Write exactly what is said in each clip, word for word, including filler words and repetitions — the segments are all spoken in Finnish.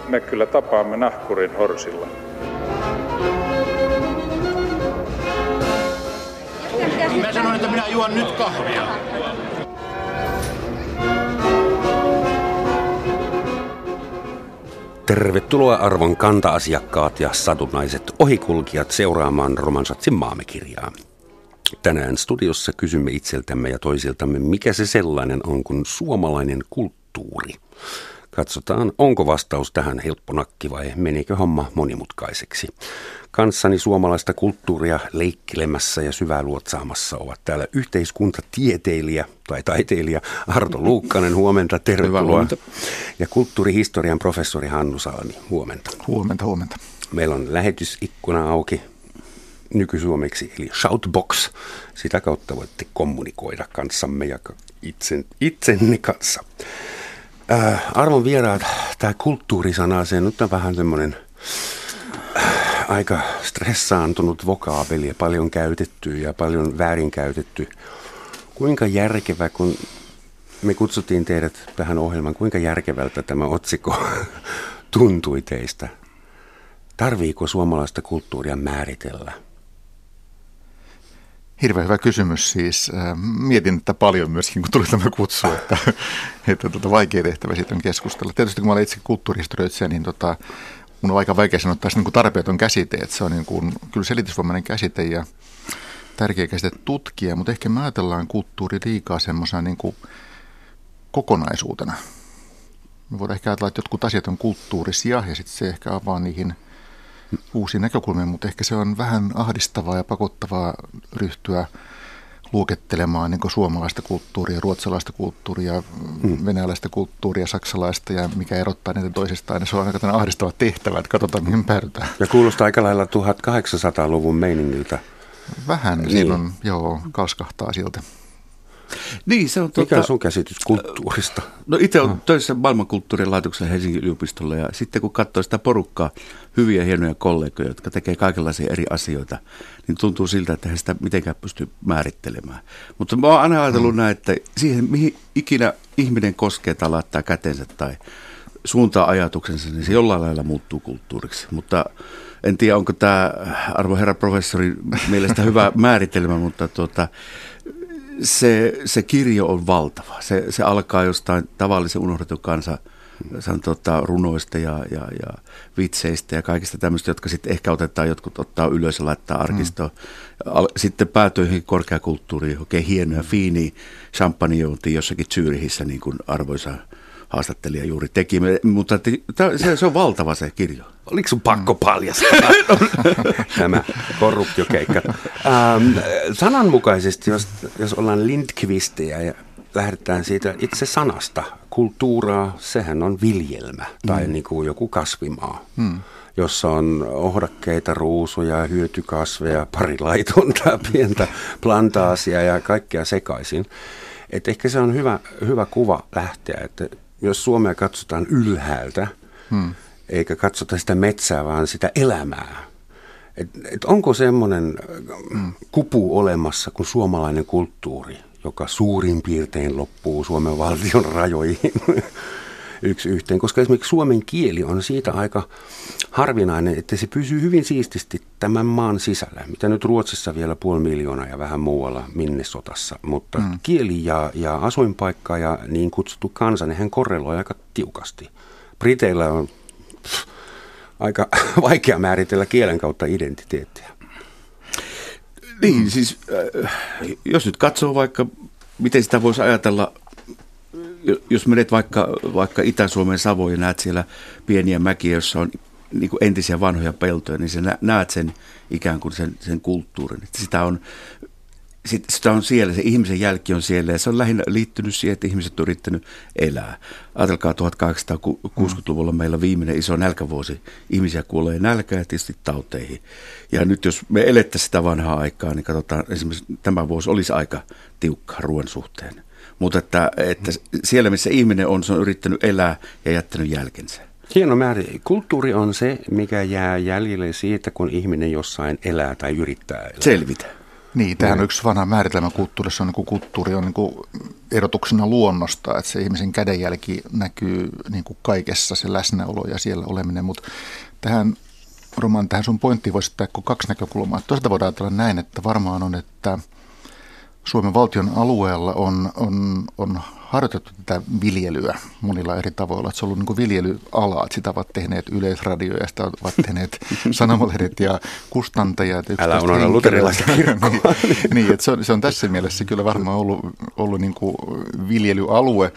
me kyllä tapaamme nahkurin horsilla. Mä sanoin, että minä juon nyt kahvia. Tervetuloa arvon kanta-asiakkaat ja satunnaiset ohikulkijat seuraamaan Romansatsin Maamekirjaa. Tänään studiossa kysymme itseltämme ja toisiltamme, mikä se sellainen on kuin suomalainen kulttuuri. Katsotaan, onko vastaus tähän helpponakki vai menikö homma monimutkaiseksi. Kanssani suomalaista kulttuuria leikkelemässä ja syvää luotsaamassa ovat täällä yhteiskuntatieteilijä tai taiteilija Arto Luukkanen, huomenta, tervetuloa. Huomenta. Ja kulttuurihistorian professori Hannu Salmi, huomenta. Huomenta, huomenta. Meillä on lähetysikkuna auki nykysuomeksi, eli Shoutbox. Sitä kautta voitte kommunikoida kanssamme ja itsen, itsenne kanssa. Äh, arvon vieraat, tämä kulttuurisana, se nyt on vähän semmoinen äh, aika stressaantunut vokaabeli ja paljon käytetty ja paljon väärinkäytetty. Kuinka järkevä, kun me kutsuttiin teidät tähän ohjelmaan, kuinka järkevältä tämä otsikko tuntui teistä? Tarviiko suomalaista kulttuuria määritellä? Hirveän hyvä kysymys siis. Mietin tätä paljon myöskin, kun tuli tämä kutsu, että, että tuota, vaikea tehtävä siitä on keskustella. Tietysti kun mä olen itse kulttuurihistorioitsija, niin tota, mun on aika vaikea sanoa taas niin kuin tarpeeton käsite, että se on niin kuin, kyllä selitysvoimainen käsite ja tärkeä käsite tutkia, mutta ehkä me ajatellaan kulttuuri liikaa semmoisena niin kuin kokonaisuutena. Me voidaan ehkä ajatella, että jotkut asiat on kulttuurisia ja sitten se ehkä avaa niihin uusia näkökulmia, mutta ehkä se on vähän ahdistavaa ja pakottavaa ryhtyä luokettelemaan niin kuin suomalaista kulttuuria, ruotsalaista kulttuuria, hmm. venäläistä kulttuuria, saksalaista ja mikä erottaa niitä toisistaan. Ja se on aika ahdistava tehtävä, että katsotaan mihin päädytään. Ja kuulostaa aika lailla tuhatkahdeksansataaluvun meiningiltä. Vähän, niin. Silloin joo, kalskahtaa siltä. Niin, se on Mikä tuota, on sun käsitys kulttuurista? No itse olen töissä maailmankulttuurin laitoksella Helsingin yliopistolla ja sitten kun katsoo sitä porukkaa, hyviä hienoja kollegoja, jotka tekee kaikenlaisia eri asioita, niin tuntuu siltä, että he sitä mitenkään pysty määrittelemään. Mutta mä oon aina ajatellut hmm. näin, että siihen mihin ikinä ihminen koskee tai laittaa kätensä tai suuntaa ajatuksensa, niin se jollain lailla muuttuu kulttuuriksi. Mutta en tiedä, onko tämä arvon herra professori mielestä hyvä määritelmä, mutta tuota, Se, se kirjo on valtava. Se, se alkaa jostain tavallisen unohdetun kansan tota, runoista ja, ja, ja vitseistä ja kaikista tämmöistä, jotka sitten ehkä otetaan, jotkut ottaa ylös ja laittaa arkistoon. Mm. Sitten päätöihin korkeakulttuuriin, oikein hienoja, fiiniä champagnejuontia jossakin Zyrihissä, niin kuin arvoisa haastattelija juuri teki. Mutta se, se on valtava se kirjo. Oliko sun pakko paljastaa tämä korruptiokeikka? Ähm, sananmukaisesti, jos, jos ollaan Lindqvistejä ja lähdetään siitä itse sanasta, kulttuuraa, sehän on viljelmä tai mm. niin kuin joku kasvimaa, mm. jossa on ohdakkeita, ruusuja, hyötykasveja, pari laitonta, pientä plantaasia ja kaikkea sekaisin. Et ehkä se on hyvä, hyvä kuva lähteä, että jos Suomea katsotaan ylhäältä, mm. eikä katsota sitä metsää, vaan sitä elämää. Et, et onko semmoinen kupu olemassa kuin suomalainen kulttuuri, joka suurin piirtein loppuu Suomen valtion rajoihin yksi yhteen? Koska esimerkiksi suomen kieli on siitä aika harvinainen, että se pysyy hyvin siististi tämän maan sisällä. Mitä nyt Ruotsissa vielä puoli miljoonaa ja vähän muualla Minnesotassa. Mutta mm. kieli ja, ja asuinpaikka ja niin kutsuttu kansa, nehän korreloi aika tiukasti. Briteillä on pff, aika vaikea määritellä kielen kautta identiteettiä. Niin, siis äh, jos nyt katsoo vaikka, miten sitä voisi ajatella, jos menet vaikka, vaikka Itä-Suomen Savoon ja näet siellä pieniä mäkiä, joissa on niin kuin entisiä vanhoja peltoja, niin sä näet sen ikään kuin sen, sen kulttuurin. Että sitä on, sitä on siellä, se ihmisen jälki on siellä ja se on lähinnä liittynyt siihen, että ihmiset on yrittänyt elää. Ajatelkaa tuhatkahdeksansataakuusikymmentäluvulla meillä on viimeinen iso nälkävuosi. Ihmisiä kuolee nälkään ja tietysti tauteihin. Ja nyt jos me elettäisiin sitä vanhaa aikaa, niin katsotaan, esimerkiksi tämä vuosi olisi aika tiukka ruoan suhteen. Mutta että, että siellä, missä ihminen on, se on yrittänyt elää ja jättänyt jälkensä. Hieno määrä. Kulttuuri on se, mikä jää jäljelle siitä, kun ihminen jossain elää tai yrittää elää. Selvitä. Niin, tämähän on yksi vanha määritelmä kulttuurissa. On niin kuin kulttuuri on niin kuin erotuksena luonnosta, että se ihmisen kädenjälki näkyy niin kuin kaikessa, se läsnäolo ja siellä oleminen, mutta tähän Roman, tähän sun pointtiin voisi ottaa kaksi näkökulmaa. Toisaalta voidaan ajatella näin, että varmaan on, että Suomen valtion alueella on, on, on harjoitettu tätä viljelyä monilla eri tavoilla. Että se on ollut niin kuin viljelyala, että sitä ovat tehneet Yleisradio ja sitä ovat tehneet sanomalehdet ja kustantajat. Älä unohda luterilaista kirkkoa. niin, niin, että se on, se on tässä mielessä kyllä varmaan ollut, ollut niin kuin viljelyalue.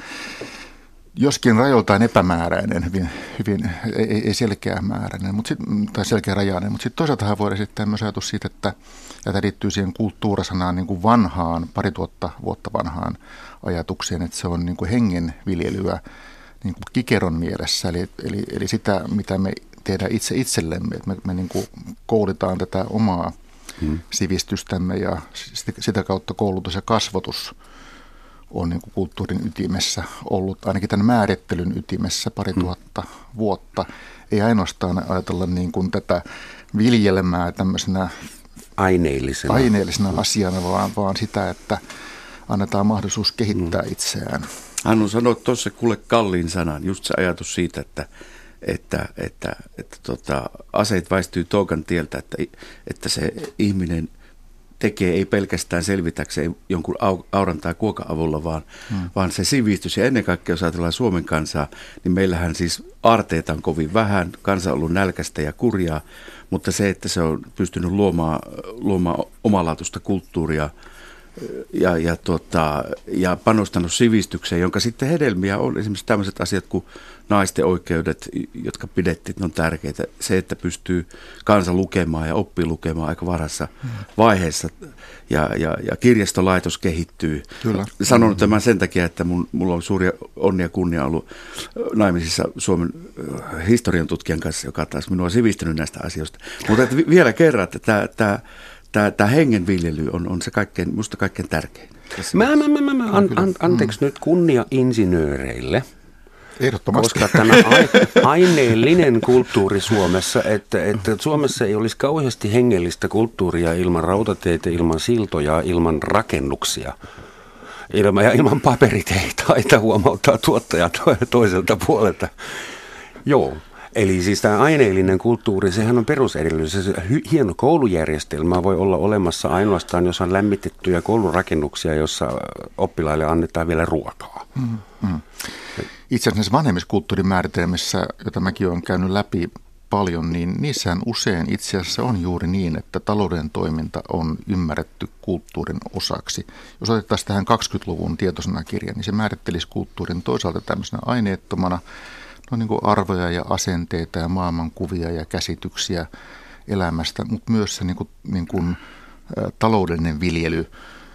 Joskin rajoiltaan epämääräinen, hyvin, hyvin ei, ei selkeämääräinen, mutta sit, tai selkeärajainen, mutta sitten toisaalta voi esittää myös ajatus siitä, että tämä liittyy siihen kulttuurasanaan niin kuin vanhaan, pari tuhatta vuotta vanhaan ajatukseen, että se on niin kuin hengenviljelyä niin kuin kikeron mielessä, eli, eli, eli sitä, mitä me tehdään itse itsellemme, että me, me niin kuin koulutaan tätä omaa hmm. sivistystämme ja sitä kautta koulutus ja kasvatus on niin kuin kulttuurin ytimessä ollut, ainakin tämän määrittelyn ytimessä pari tuhatta mm. vuotta. Ei ainoastaan ajatella niin kuin tätä viljelmää tämmöisenä aineellisena, aineellisena asiana, vaan, vaan sitä, että annetaan mahdollisuus kehittää mm. itseään. Hannu sanoi tuossa kuule kalliin sanan, just se ajatus siitä, että, että, että, että tota, aseet väistyy toukan tieltä, että, että se ihminen tekee ei pelkästään selvitäkseen jonkun auran tai kuokan avulla, vaan, hmm. vaan se sivistys. Ja ennen kaikkea, jos ajatellaan Suomen kansaa, niin meillähän siis aarteita on kovin vähän, kansa on ollut nälkäistä ja kurjaa, mutta se, että se on pystynyt luomaan, luomaan omalaatuista kulttuuria ja, ja, tuota, ja panostanut sivistykseen, jonka sitten hedelmiä on esimerkiksi tämmöiset asiat kuin naisten oikeudet, jotka pidettiin, ne on tärkeitä. Se, että pystyy kansa lukemaan ja oppii lukemaan aika varhaisessa vaiheessa ja, ja, ja kirjastolaitos kehittyy. Kyllä. Sanon tämän sen takia, että mun, mulla on suuri onni ja kunnia ollut naimisissa Suomen historian tutkijan kanssa, joka taas minua on sivistynyt näistä asioista. Mutta että vielä kerran, että tämä, tämä, tämä, tämä hengenviljely on, on se kaikkein, musta kaikkein tärkein. Mä, mä, mä, mä, an, an, anteeksi mm. nyt kunnia insinööreille. Ehdottomasti. Koska tämä aineellinen kulttuuri Suomessa, että, että Suomessa ei olisi kauheasti hengellistä kulttuuria ilman rautateitä, ilman siltoja, ilman rakennuksia ilman, ja ilman paperiteitä, huomauttaa tuottaja toiselta puolelta. Joo. Eli siis tämä aineellinen kulttuuri, sehän on perusedellytys. Hieno koulujärjestelmä voi olla olemassa ainoastaan, jos on lämmitettyjä koulurakennuksia, jossa oppilaille annetaan vielä ruokaa. Mm, mm. Itse asiassa vanhemmiskulttuurin määritelmissä, jota mäkin olen käynyt läpi paljon, niin niissähän usein itse asiassa on juuri niin, että talouden toiminta on ymmärretty kulttuurin osaksi. Jos otetaan tähän kaksikymmentäluvun tietosanakirja, niin se määrittelisi kulttuurin toisaalta tämmöisenä aineettomana, no niin kuin arvoja ja asenteita ja maailmankuvia ja käsityksiä elämästä, mutta myös se niin kuin, niin kuin, ä, taloudellinen viljely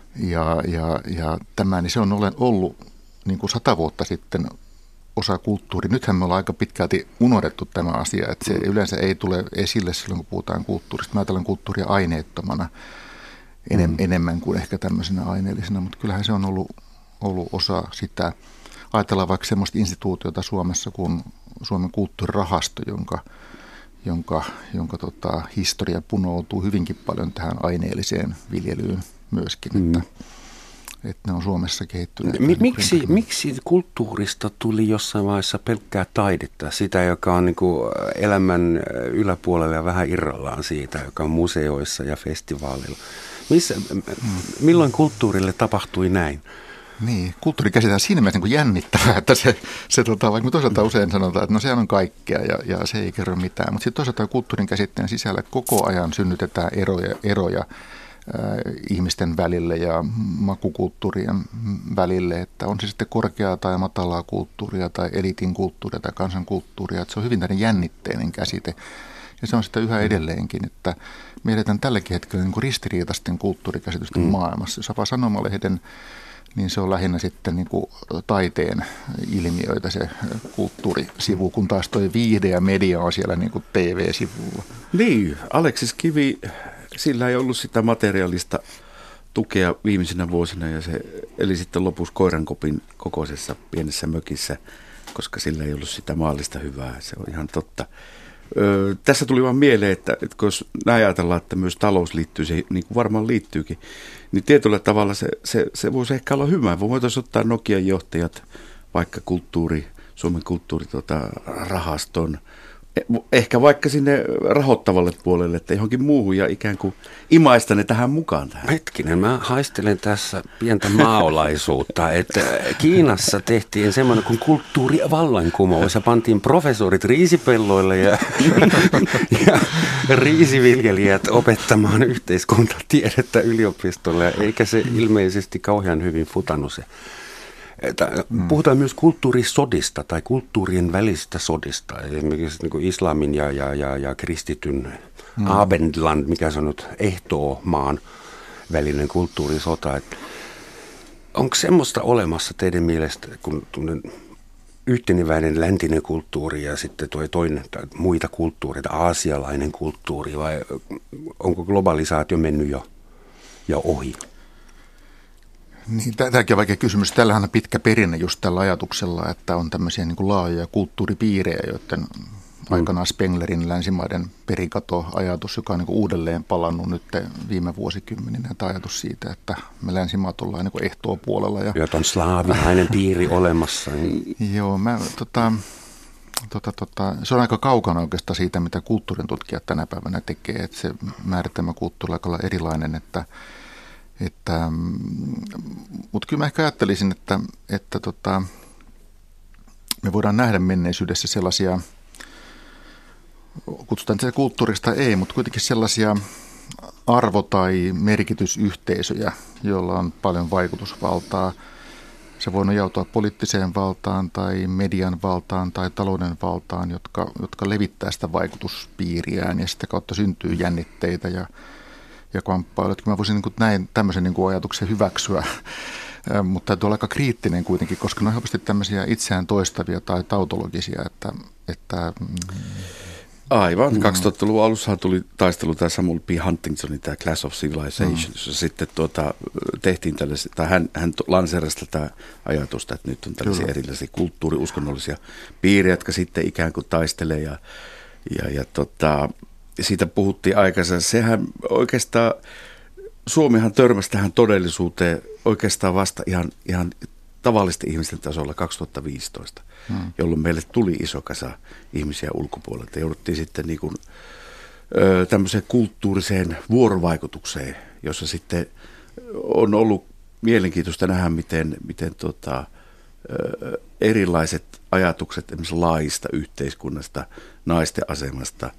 ja, ja, ja tämä, niin se on ollut niin kuin sata vuotta sitten osa kulttuuri. Nythän me ollaan aika pitkälti unohdettu tämä asia, että se yleensä ei tule esille silloin, kun puhutaan kulttuurista. Mä ajattelen kulttuuria aineettomana enem, mm. enemmän kuin ehkä tämmöisenä aineellisena, mutta kyllähän se on ollut, ollut osa sitä. Ajatellaan vaikka semmoista instituutiota Suomessa kuin Suomen kulttuurirahasto, jonka, jonka, jonka tota, historia punoutuu hyvinkin paljon tähän aineelliseen viljelyyn myöskin, mm. että, että ne on Suomessa kehittyneet. M- miksi, miksi kulttuurista tuli jossain vaiheessa pelkkää taidetta, sitä joka on niin kuin elämän yläpuolella ja vähän irrallaan siitä, joka on museoissa ja festivaaleilla? Missä, mm. milloin kulttuurille tapahtui näin? Niin, kulttuuri käsitään siinä mielessä niin jännittävää, että se, se tota, vaikka me toisaalta usein sanotaan, että no sehän on kaikkea ja, ja se ei kerro mitään, mutta sitten toisaalta kulttuurin käsitteen sisällä koko ajan synnytetään eroja, eroja äh, ihmisten välille ja makukulttuurien välille, että on se sitten korkeaa tai matalaa kulttuuria tai elitin kulttuuria tai kansankulttuuria, että se on hyvin tämmöinen jännitteinen käsite. Ja se on sitä yhä edelleenkin, että me eletään tälläkin hetkellä niin kuin ristiriitaisten kulttuurikäsitysten mm. maailmassa. Jos avaa sanomalehden, niin se on lähinnä sitten niin kuin taiteen ilmiöitä se kulttuurisivu, kun taas toi viihde ja media on siellä niin kuin T V-sivulla. Niin, Aleksis Kivi, sillä ei ollut sitä materiaalista tukea viimeisinä vuosina ja se eli sitten lopussa koirankopin kokoisessa pienessä mökissä, koska sillä ei ollut sitä maallista hyvää, se on ihan totta. Öö, tässä tuli vaan mieleen, että, että jos ajatellaan, että myös talous liittyy siihen, niin kuin varmaan liittyykin, niin tietyllä tavalla se, se, se voisi ehkä olla hyvä. Voitaisiin ottaa Nokian johtajat, vaikka kulttuuri, Suomen kulttuurirahaston, tota, ehkä vaikka sinne rahoittavalle puolelle, että johonkin muuhun ja ikään kuin imaista ne tähän mukaan. Tähän. Hetkinen, mä haistelen tässä pientä maolaisuutta, että Kiinassa tehtiin semmoinen kuin kulttuurivallankumous ja pantiin professorit riisipelloille ja, ja riisiviljelijät opettamaan yhteiskuntatiedettä yliopistolle, eikä se ilmeisesti kauhean hyvin futannut se. Puhutaan myös kulttuurisodista tai kulttuurien välisistä sodista, esimerkiksi niin kuin islamin ja, ja, ja, ja kristityn mm. Abendland, mikä se on nyt ehtoomaan välinen kulttuurisota. Et onko semmoista olemassa teidän mielestä, kun yhteneväinen läntinen kulttuuri ja sitten tuo toinen muita kulttuureita, aasialainen kulttuuri, vai onko globalisaatio mennyt jo, jo ohi? Niin, tämäkin on vaikea kysymys. Tällähän on pitkä perinne just tällä ajatuksella, että on tämmöisiä niin kuin laajoja kulttuuripiirejä, joiden mm. aikanaan Spenglerin länsimaiden perikato-ajatus, joka on niin kuin uudelleen palannut nyt viime vuosikymmeninä, tämä ajatus siitä, että me länsimaat ollaan niin kuin ehtoopuolella. Ja on slaavilainen piiri olemassa. Joo, mä, tota, tota, tota, se on aika kaukana oikeastaan siitä, mitä kulttuurin tutkijat tänä päivänä tekee, että se määritelmä kulttuuri on aika erilainen, että Että, mutta kyllä mä ehkä ajattelisin, että, että tota, me voidaan nähdä menneisyydessä sellaisia, kutsutaan se kulttuurista ei, mutta kuitenkin sellaisia arvo- tai merkitysyhteisöjä, joilla on paljon vaikutusvaltaa. Se voi nojautua poliittiseen valtaan tai median valtaan tai talouden valtaan, jotka, jotka levittää sitä vaikutuspiiriään ja sitä kautta syntyy jännitteitä ja ja kamppailut. Mä voisin niin kuin näin tämmöisen niin kuin ajatuksen hyväksyä, mutta täytyy olla aika kriittinen kuitenkin, koska ne on helposti tämmöisiä itseään toistavia tai tautologisia, että... että Aivan. Mm. kaksituhattaluvun alussahan tuli taistelu tämä Samuel P. Huntingtonin, tämä Clash of Civilization, mm. jossa sitten tuota, tehtiin tällaisia, tai hän, hän lanseerasi tätä ajatusta, että nyt on tällaisia Kyllä. erilaisia kulttuuriuskonnollisia piirejä, jotka sitten ikään kuin taistelee ja, ja, ja tota... Siitä puhuttiin aikaisemmin. Sehän oikeastaan, Suomihan törmäsi tähän todellisuuteen oikeastaan vasta ihan, ihan tavallisten ihmisten tasolla kaksituhattaviisitoista, hmm. jolloin meille tuli iso kasa ihmisiä ulkopuolelta. Jouduttiin sitten niin kuin, ö, tämmöiseen kulttuuriseen vuorovaikutukseen, jossa sitten on ollut mielenkiintoista nähdä, miten, miten tota, ö, erilaiset ajatukset esimerkiksi laista, yhteiskunnasta, naisten asemasta,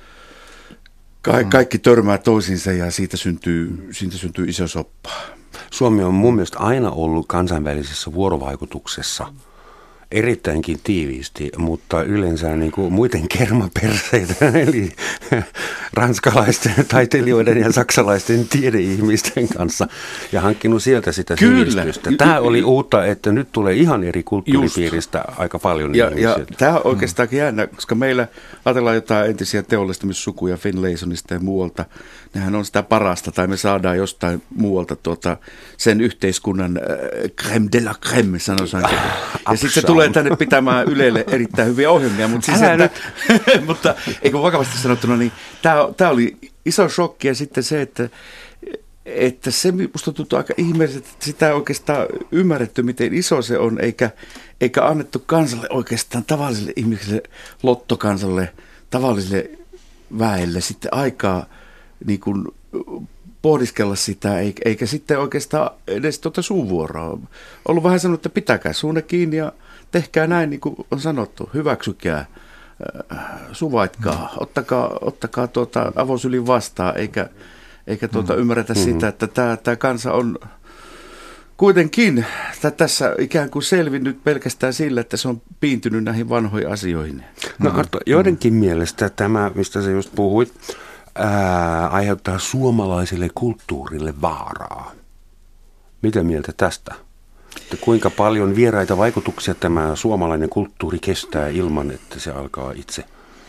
Ka- kaikki törmää toisiinsa ja siitä syntyy, siitä syntyy iso soppa. Suomi on mun mielestä aina ollut kansainvälisessä vuorovaikutuksessa erittäinkin tiiviisti, mutta yleensä niin kuin muiden kermaperseitä, eli ranskalaisten taiteilijoiden ja saksalaisten tiedeihmisten kanssa, ja hankkinut sieltä sitä sivistystä. Tämä oli uutta, että nyt tulee ihan eri kulttuuripiiristä Just. aika paljon ja, ihmisiä. Ja tämä on oikeastaan jännä, koska meillä ajatellaan jotain entisiä teollistumissukuja Finlaysonista ja muualta, nehän on sitä parasta, tai me saadaan jostain muualta tuota, sen yhteiskunnan äh, crème de la crème, sanoisin. Ah, ja sitten se tulee tänne pitämään Ylelle erittäin hyviä ohjelmia, mutta, siis, että, mutta eikö vakavasti sanottuna, niin tämä oli iso shokki ja sitten se, että, että se musta tuntuu aika ihmeelliseltä, että sitä ei oikeastaan ymmärretty, miten iso se on, eikä, eikä annettu kansalle oikeastaan tavalliselle ihmiselle, lottokansalle, tavalliselle väelle sitten aikaa niin kuin pohdiskella sitä, eikä, eikä sitten oikeastaan edes tuota suunvuoroa. Ollut vähän sanonut, että pitäkää suunne kiinni ja tehkää näin, niin kuin on sanottu, hyväksykää, äh, suvaitkaa, ottakaa, ottakaa tuota avosylin vastaan, eikä, eikä tuota ymmärretä mm-hmm. sitä, että tämä, tämä kansa on kuitenkin tässä ikään kuin selvinnyt pelkästään sillä, että se on piintynyt näihin vanhoihin asioihin. No Arto, joidenkin mielestä tämä, mistä sä just puhuit, Ää, aiheuttaa suomalaiselle kulttuurille vaaraa. Mitä mieltä tästä? Että kuinka paljon vieraita vaikutuksia tämä suomalainen kulttuuri kestää ilman, että se alkaa itse?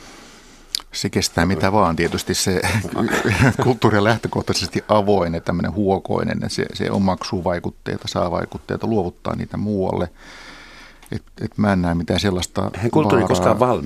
Se kestää mitä vaan. Tietysti se kulttuuri on lähtökohtaisesti avoin ja tämmöinen huokoinen. Ja se, se omaksuu vaikutteita, saa vaikutteita, luovuttaa niitä muualle. Et, et mä en näe mitään sellaista Eihän kulttuuri koskaan valmis.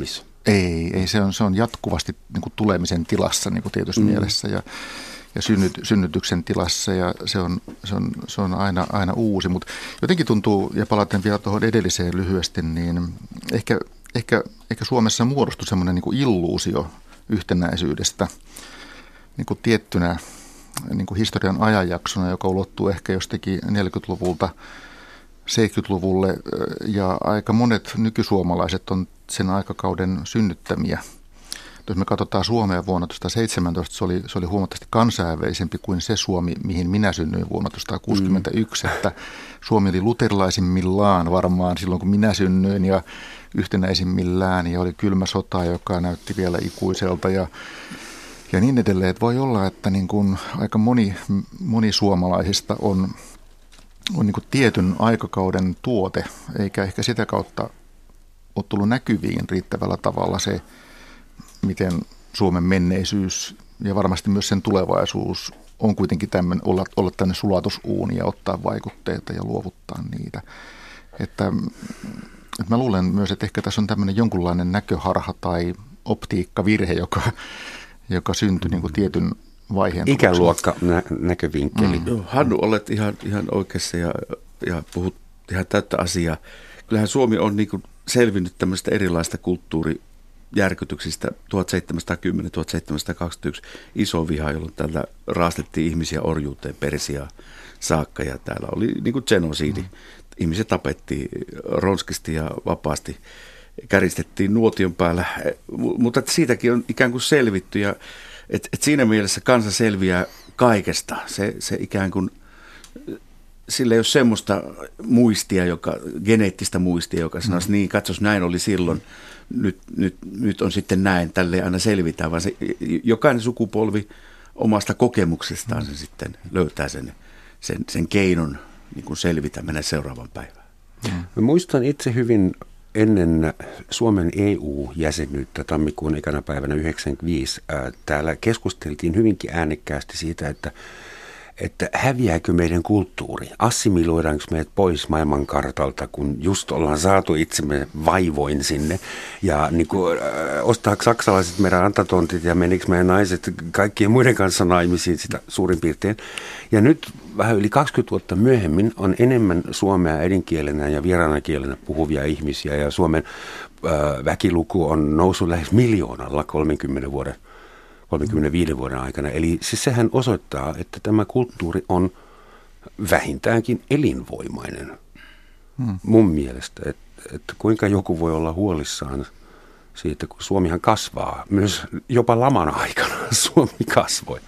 Ei, ei se, on, se on jatkuvasti niin kuin tulemisen tilassa niin kuin tietyssä mm. mielessä ja, ja synnyt, synnytyksen tilassa ja se on, se on, se on aina, aina uusi. Mutta jotenkin tuntuu, ja palaten vielä tuohon edelliseen lyhyesti, niin ehkä, ehkä, ehkä Suomessa muodostui semmoinen niin kuin illuusio yhtenäisyydestä niin kuin tiettynä niin kuin historian ajanjaksona, joka ulottuu ehkä jostakin neljäkymmentäluvulta seitsemänkymmentäluvulle, ja aika monet nykysuomalaiset on sen aikakauden synnyttämiä. Jos me katsotaan Suomea vuonna tuhatyhdeksänsataaseitsemäntoista, se oli, se oli huomattavasti kansainvälisempi kuin se Suomi, mihin minä synnyin vuonna tuhatyhdeksänsataakuusikymmentäyksi. Mm. Että Suomi oli luterilaisimmillaan varmaan silloin, kun minä synnyin, ja yhtenäisimmillään, ja oli kylmä sota, joka näytti vielä ikuiselta, ja, ja niin edelleen. Että voi olla, että niin kuin aika moni, moni suomalaisista on on niin kuin tietyn aikakauden tuote, eikä ehkä sitä kautta ole tullut näkyviin riittävällä tavalla se, miten Suomen menneisyys ja varmasti myös sen tulevaisuus on kuitenkin tämmöinen, olla, olla tämmöinen sulatusuuni ja ottaa vaikutteita ja luovuttaa niitä. Että, että mä luulen myös, että ehkä tässä on tämmöinen jonkunlainen näköharha tai optiikkavirhe, joka, joka syntyi niin kuin tietyn vaiheen. Ikäluokka nä- näkövinkkeli. Mm. Hannu, olet ihan, ihan oikeassa ja, ja puhut ihan täyttä asiaa. Kyllähän Suomi on niin kuin selvinnyt tämmöistä erilaista kulttuurijärkytyksistä. tuhatseitsemänsataakymmenen tuhatseitsemänsataakaksikymmentäyksi iso viha, jolloin täällä raastettiin ihmisiä orjuuteen Persiaan saakka ja täällä oli niin kuin genosiidi. Mm. Ihmiset tapettiin ronskisti ja vapaasti, käristettiin nuotion päällä, mutta siitäkin on ikään kuin selvitty ja Et, et siinä mielessä kansa selviää kaikesta. Se, se ikään kuin, sillä ei ole semmoista muistia, joka, geneettistä muistia, joka sanoisi, mm. niin katsos näin oli silloin, nyt, nyt, nyt on sitten näin, tälleen aina selvitään, vaan se, jokainen sukupolvi omasta kokemuksestaan mm. se sitten löytää sen, sen, sen keinon niin kuin selvitä, mennä seuraavan päivään. Mm. Mä muistan itse hyvin ennen Suomen E U-jäsenyyttä tammikuun ekana päivänä yhdeksänkymmentäviisi ää, täällä keskusteltiin hyvinkin äänekkäästi siitä, että, että häviääkö meidän kulttuuri, assimiloidaanko meidät pois maailmankartalta, kun just ollaan saatu itsemme vaivoin sinne ja niin kuin, ää, ostaako saksalaiset meidän rantatontit ja menikö meidän naiset kaikkien muiden kanssa naimisiin sitä suurin piirtein. Ja nyt vähän yli kaksikymmentä vuotta myöhemmin on enemmän suomea äidinkielenä ja vieraana kielenä puhuvia ihmisiä ja Suomen äh, väkiluku on noussut lähes miljoonalla kolmenkymmenen vuoden, kolmekymmentäviisi vuoden aikana. Eli siis sehän osoittaa, että tämä kulttuuri on vähintäänkin elinvoimainen hmm. mun mielestä. Että et kuinka joku voi olla huolissaan siitä, kun Suomihan kasvaa. Myös jopa laman aikana Suomi kasvoi.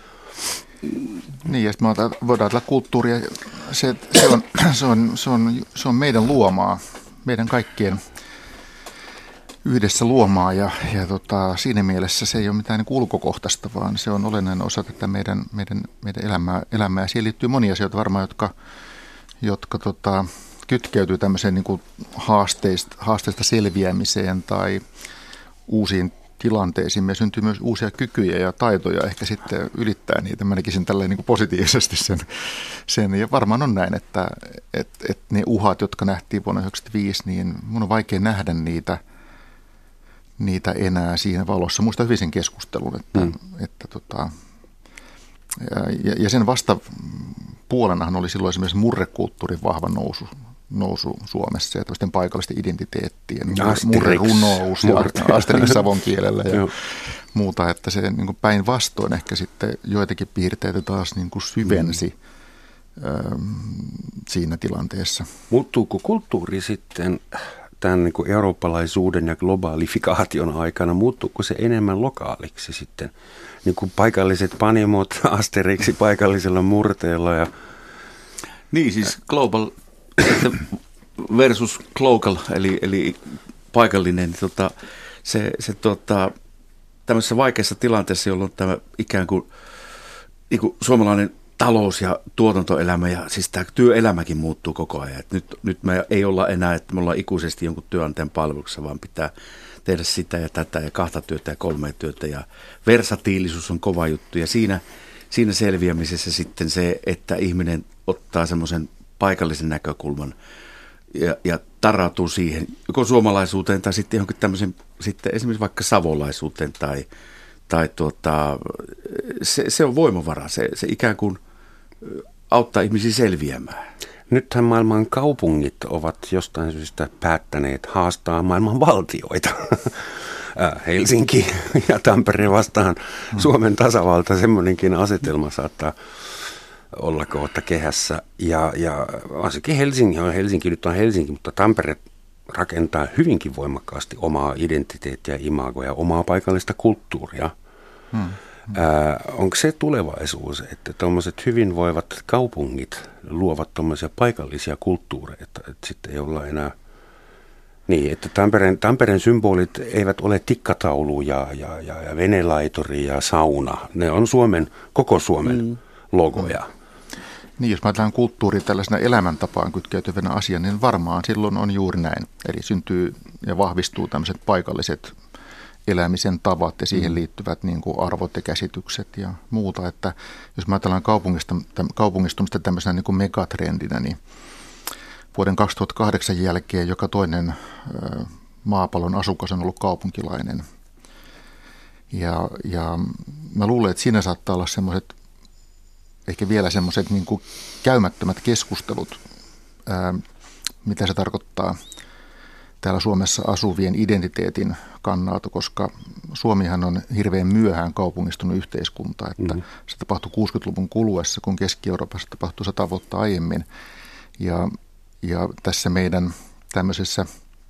Niin, ja sitten me voidaan ajatella kulttuuria, se, se, on, se, on, se, on, se on meidän luomaa, meidän kaikkien yhdessä luomaa, ja, ja tota, siinä mielessä se ei ole mitään niin ulkokohtaista, vaan se on olennainen osa tätä meidän, meidän, meidän elämää, elämää. Siihen liittyy monia asioita varmaan, jotka, jotka tota, kytkeytyy tämmöiseen niin kuin haasteista, haasteista selviämiseen tai uusiin tilanteisiin. Me syntyy myös uusia kykyjä ja taitoja ehkä sitten ylittää niitä. Mä näkisin tälleen niin kuin positiivisesti sen, sen. Ja varmaan on näin, että et, et ne uhat, jotka nähtiin vuonna yhdeksänkymmentäviisi, niin mun on vaikea nähdä niitä, niitä enää siinä valossa. Muistan hyvin sen keskustelun, että, mm. että tota, ja, ja sen vastapuolenahan oli silloin esimerkiksi murrekulttuurin vahva nousu. nousu Suomessa ja tämmöisten paikallisten identiteettien, murrerunous ja Asterix savon kielellä ja muuta, että se niin kuin päinvastoin ehkä sitten joitakin piirteitä taas niin kuin syvensi mm. ö, siinä tilanteessa. Muuttuuko kulttuuri sitten tämän niin kuin eurooppalaisuuden ja globaalifikaation aikana, muuttuuko se enemmän lokaaliksi sitten? Niin kuin paikalliset panimot Asterixi paikallisella murteella ja niin siis global versus local, eli, eli paikallinen, niin tota, se, se tota, tämmöisessä vaikeassa tilanteessa, jolloin tämä ikään kuin, niin kuin suomalainen talous ja tuotantoelämä ja siis tämä työelämäkin muuttuu koko ajan. Et nyt, nyt me ei olla enää, että me ollaan ikuisesti jonkun työnantajan palveluksessa, vaan pitää tehdä sitä ja tätä ja kahta työtä ja kolmea työtä ja versatiilisuus on kova juttu ja siinä, siinä selviämisessä sitten se, että ihminen ottaa semmoisen paikallisen näkökulman ja, ja tarautuu siihen, joko suomalaisuuteen tai sitten johonkin tämmöisen, sitten esimerkiksi vaikka savolaisuuteen tai, tai tuota, se, se on voimavara, se, se ikään kuin auttaa ihmisiä selviämään. Nythän maailman kaupungit ovat jostain syystä päättäneet haastaa maailman valtioita. Helsinki ja Tampere vastaan Suomen tasavalta, semmoinenkin asetelma saattaa olla kohta kehässä. Ja, ja varsinkin Helsinki on Helsinki, nyt on Helsinki, mutta Tampere rakentaa hyvinkin voimakkaasti omaa identiteettiä, imagoa ja omaa paikallista kulttuuria. Hmm. Ää, onko se tulevaisuus, että tuommoiset hyvinvoivat kaupungit luovat tuommoisia paikallisia kulttuureita, että, että sitten ei olla enää niin, että Tampereen, Tampereen symbolit eivät ole tikkataulu ja, ja, ja, ja venelaitori ja sauna. Ne on Suomen, koko Suomen mm. logoja. Niin, jos mä ajatellaan kulttuuri tällaisena elämäntapaan kytkeytyvänä asiana, niin varmaan silloin on juuri näin. Eli syntyy ja vahvistuu tämmöiset paikalliset elämisen tavat ja siihen liittyvät niin kuin arvot ja käsitykset ja muuta. Että jos mä ajatellaan kaupungistumista tämmöisenä niin kuin megatrendinä, niin vuoden kaksituhattakahdeksan jälkeen joka toinen maapallon asukas on ollut kaupunkilainen. Ja, ja mä luulen, että siinä saattaa olla semmoiset, ehkä vielä semmoiset niin kuin käymättömät keskustelut, ää, mitä se tarkoittaa täällä Suomessa asuvien identiteetin kannalta, koska Suomihan on hirveän myöhään kaupungistunut yhteiskunta, että mm-hmm. se tapahtui kuusikymmentäluvun kuluessa, kun Keski-Euroopassa tapahtui sata vuotta aiemmin. Ja Ja tässä meidän tämmöisessä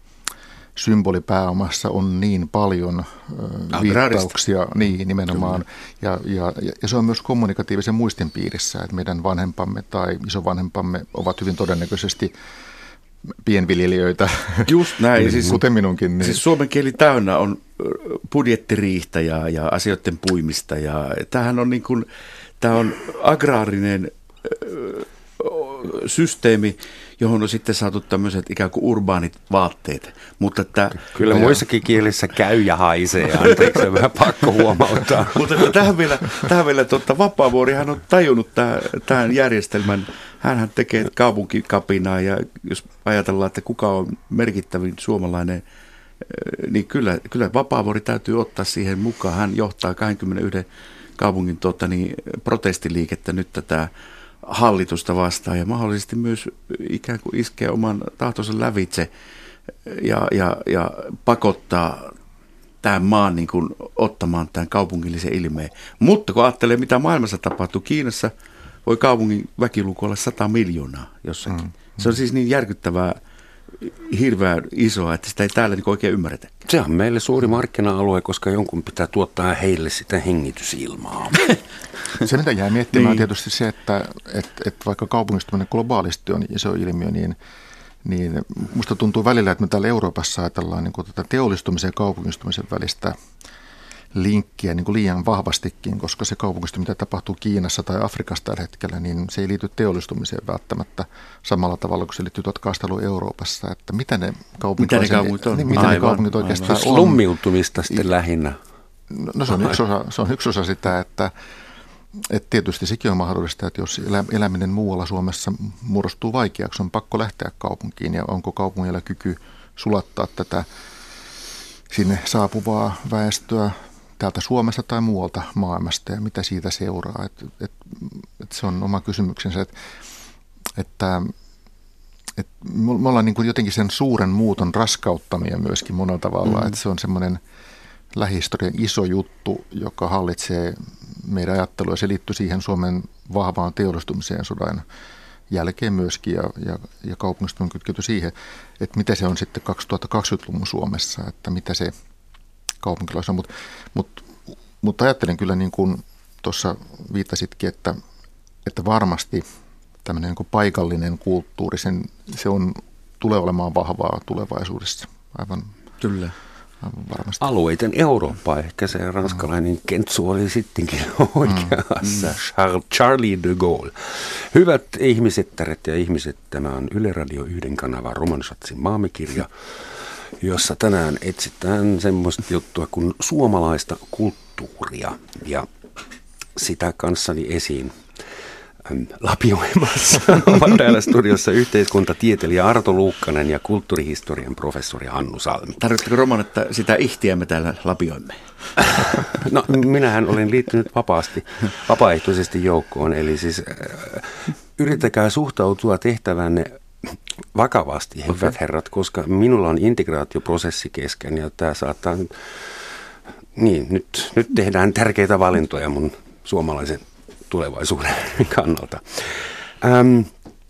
symbolipääomassa on niin paljon ö, viittauksia, niin nimenomaan, ja, ja, ja se on myös kommunikatiivisen muistin piirissä, että meidän vanhempamme tai isovanhempamme ovat hyvin todennäköisesti pienviljelijöitä, just näin, siis, kuten minunkin. Niin. Siis suomen kieli täynnä on budjettiriihtä ja, ja asioiden puimista, ja tämähän on niin kuin, tämä on agraarinen ö, systeemi, johon on sitten saatu tämmöiset ikään kuin urbaanit vaatteet. Mutta että, kyllä muissakin kielissä käy ja haisee, anteeksi, on vähän pakko huomauttaa. Mutta että tähän vielä, tähän vielä tuota, Vapaavuori, hän on tajunnut tämän, tämän järjestelmän. Hänhän tekee kaupunkikapinaa, ja jos ajatellaan, että kuka on merkittävin suomalainen, niin kyllä, kyllä Vapaavuori täytyy ottaa siihen mukaan. Hän johtaa kaksikymmentäyksi kaupungin tuota, niin, protestiliikettä nyt tätä hallitusta vastaan ja mahdollisesti myös ikään kuin iskee oman tahtonsa lävitse ja, ja, ja pakottaa tämän maan niin kuin ottamaan tämän kaupungillisen ilmeen. Mutta kun ajattelee, mitä maailmassa tapahtuu, Kiinassa voi kaupungin väkiluku olla sata miljoonaa jossakin. Mm, mm. Se on siis niin järkyttävää, hirveän isoa, että sitä ei täällä niin oikein ymmärretä. Se on meille suuri markkina-alue, koska jonkun pitää tuottaa heille sitä hengitysilmaa. Se, mitä jää miettimään, niin. Tietysti se, että, että, että vaikka kaupungistuminen globaalisti on iso ilmiö, niin, niin musta tuntuu välillä, että me täällä Euroopassa ajatellaan niin kuin tätä teollistumisen ja kaupungistumisen välistä linkkiä niin kuin liian vahvastikin, koska se kaupungistuminen, mitä tapahtuu Kiinassa tai Afrikassa tällä hetkellä, niin se ei liity teollistumiseen välttämättä samalla tavalla kuin se liittyy tuhatkahdeksansataaluvun Euroopassa. Että mitä ne kaupungit, mitä ne kaupungit on? Niin, mitä aivan, ne kaupungit oikeastaan aivan. on? Slummiutumista sitten lähinnä. No se on, yksi osa, se on yksi osa sitä, että, että tietysti sekin on mahdollista, että jos eläminen muualla Suomessa muodostuu vaikeaksi, on pakko lähteä kaupunkiin, ja onko kaupungilla kyky sulattaa tätä sinne saapuvaa väestöä täältä Suomesta tai muualta maailmasta, ja mitä siitä seuraa. Et, et, et se on oma kysymyksensä, että, että, että me ollaan niin kuin jotenkin sen suuren muuton raskauttamia myöskin monella tavalla, mm. että se on semmoinen lähihistorian iso juttu, joka hallitsee meidän ajattelua, ja se liittyy siihen Suomen vahvaan teollistumiseen sodan jälkeen myöskin, ja, ja, ja kaupungistuminen kytkeytyi siihen, että mitä se on sitten kaksituhattakaksikymmentäluvun Suomessa, että mitä se kaupunkilaisuus on, mutta mut, mut ajattelen kyllä niin kuin tuossa viittasitkin, että, että varmasti tämmöinen niin kuin paikallinen kulttuuri, sen, se on, tulee olemaan vahvaa tulevaisuudessa, aivan, kyllä. aivan varmasti. Alueiden Eurooppa, ehkä se ranskalainen mm. Kentsu oli sittenkin oikeassa, mm. Charlie de Gaulle. Hyvät ihmisettäret ja ihmiset, tämä on Yle Radio yhden kanavan Romansatsin maamikirja, jossa tänään etsitään semmoista juttua kuin suomalaista kulttuuria, ja sitä kanssani esiin lapioimassa. Ovat täällä studiossa yhteiskuntatieteilijä Arto Luukkanen ja kulttuurihistorian professori Hannu Salmi. Tarvitsetko Roman, että sitä ihtiä me täällä lapioimme? No minähän olen liittynyt vapaasti, vapaaehtoisesti joukkoon, eli siis äh, yrittäkää suhtautua tehtävänne vakavasti, hyvät okay. herrat, koska minulla on integraatioprosessi kesken ja tämä saattaa, niin nyt, nyt tehdään tärkeitä valintoja mun suomalaisen tulevaisuuden kannalta. Ähm,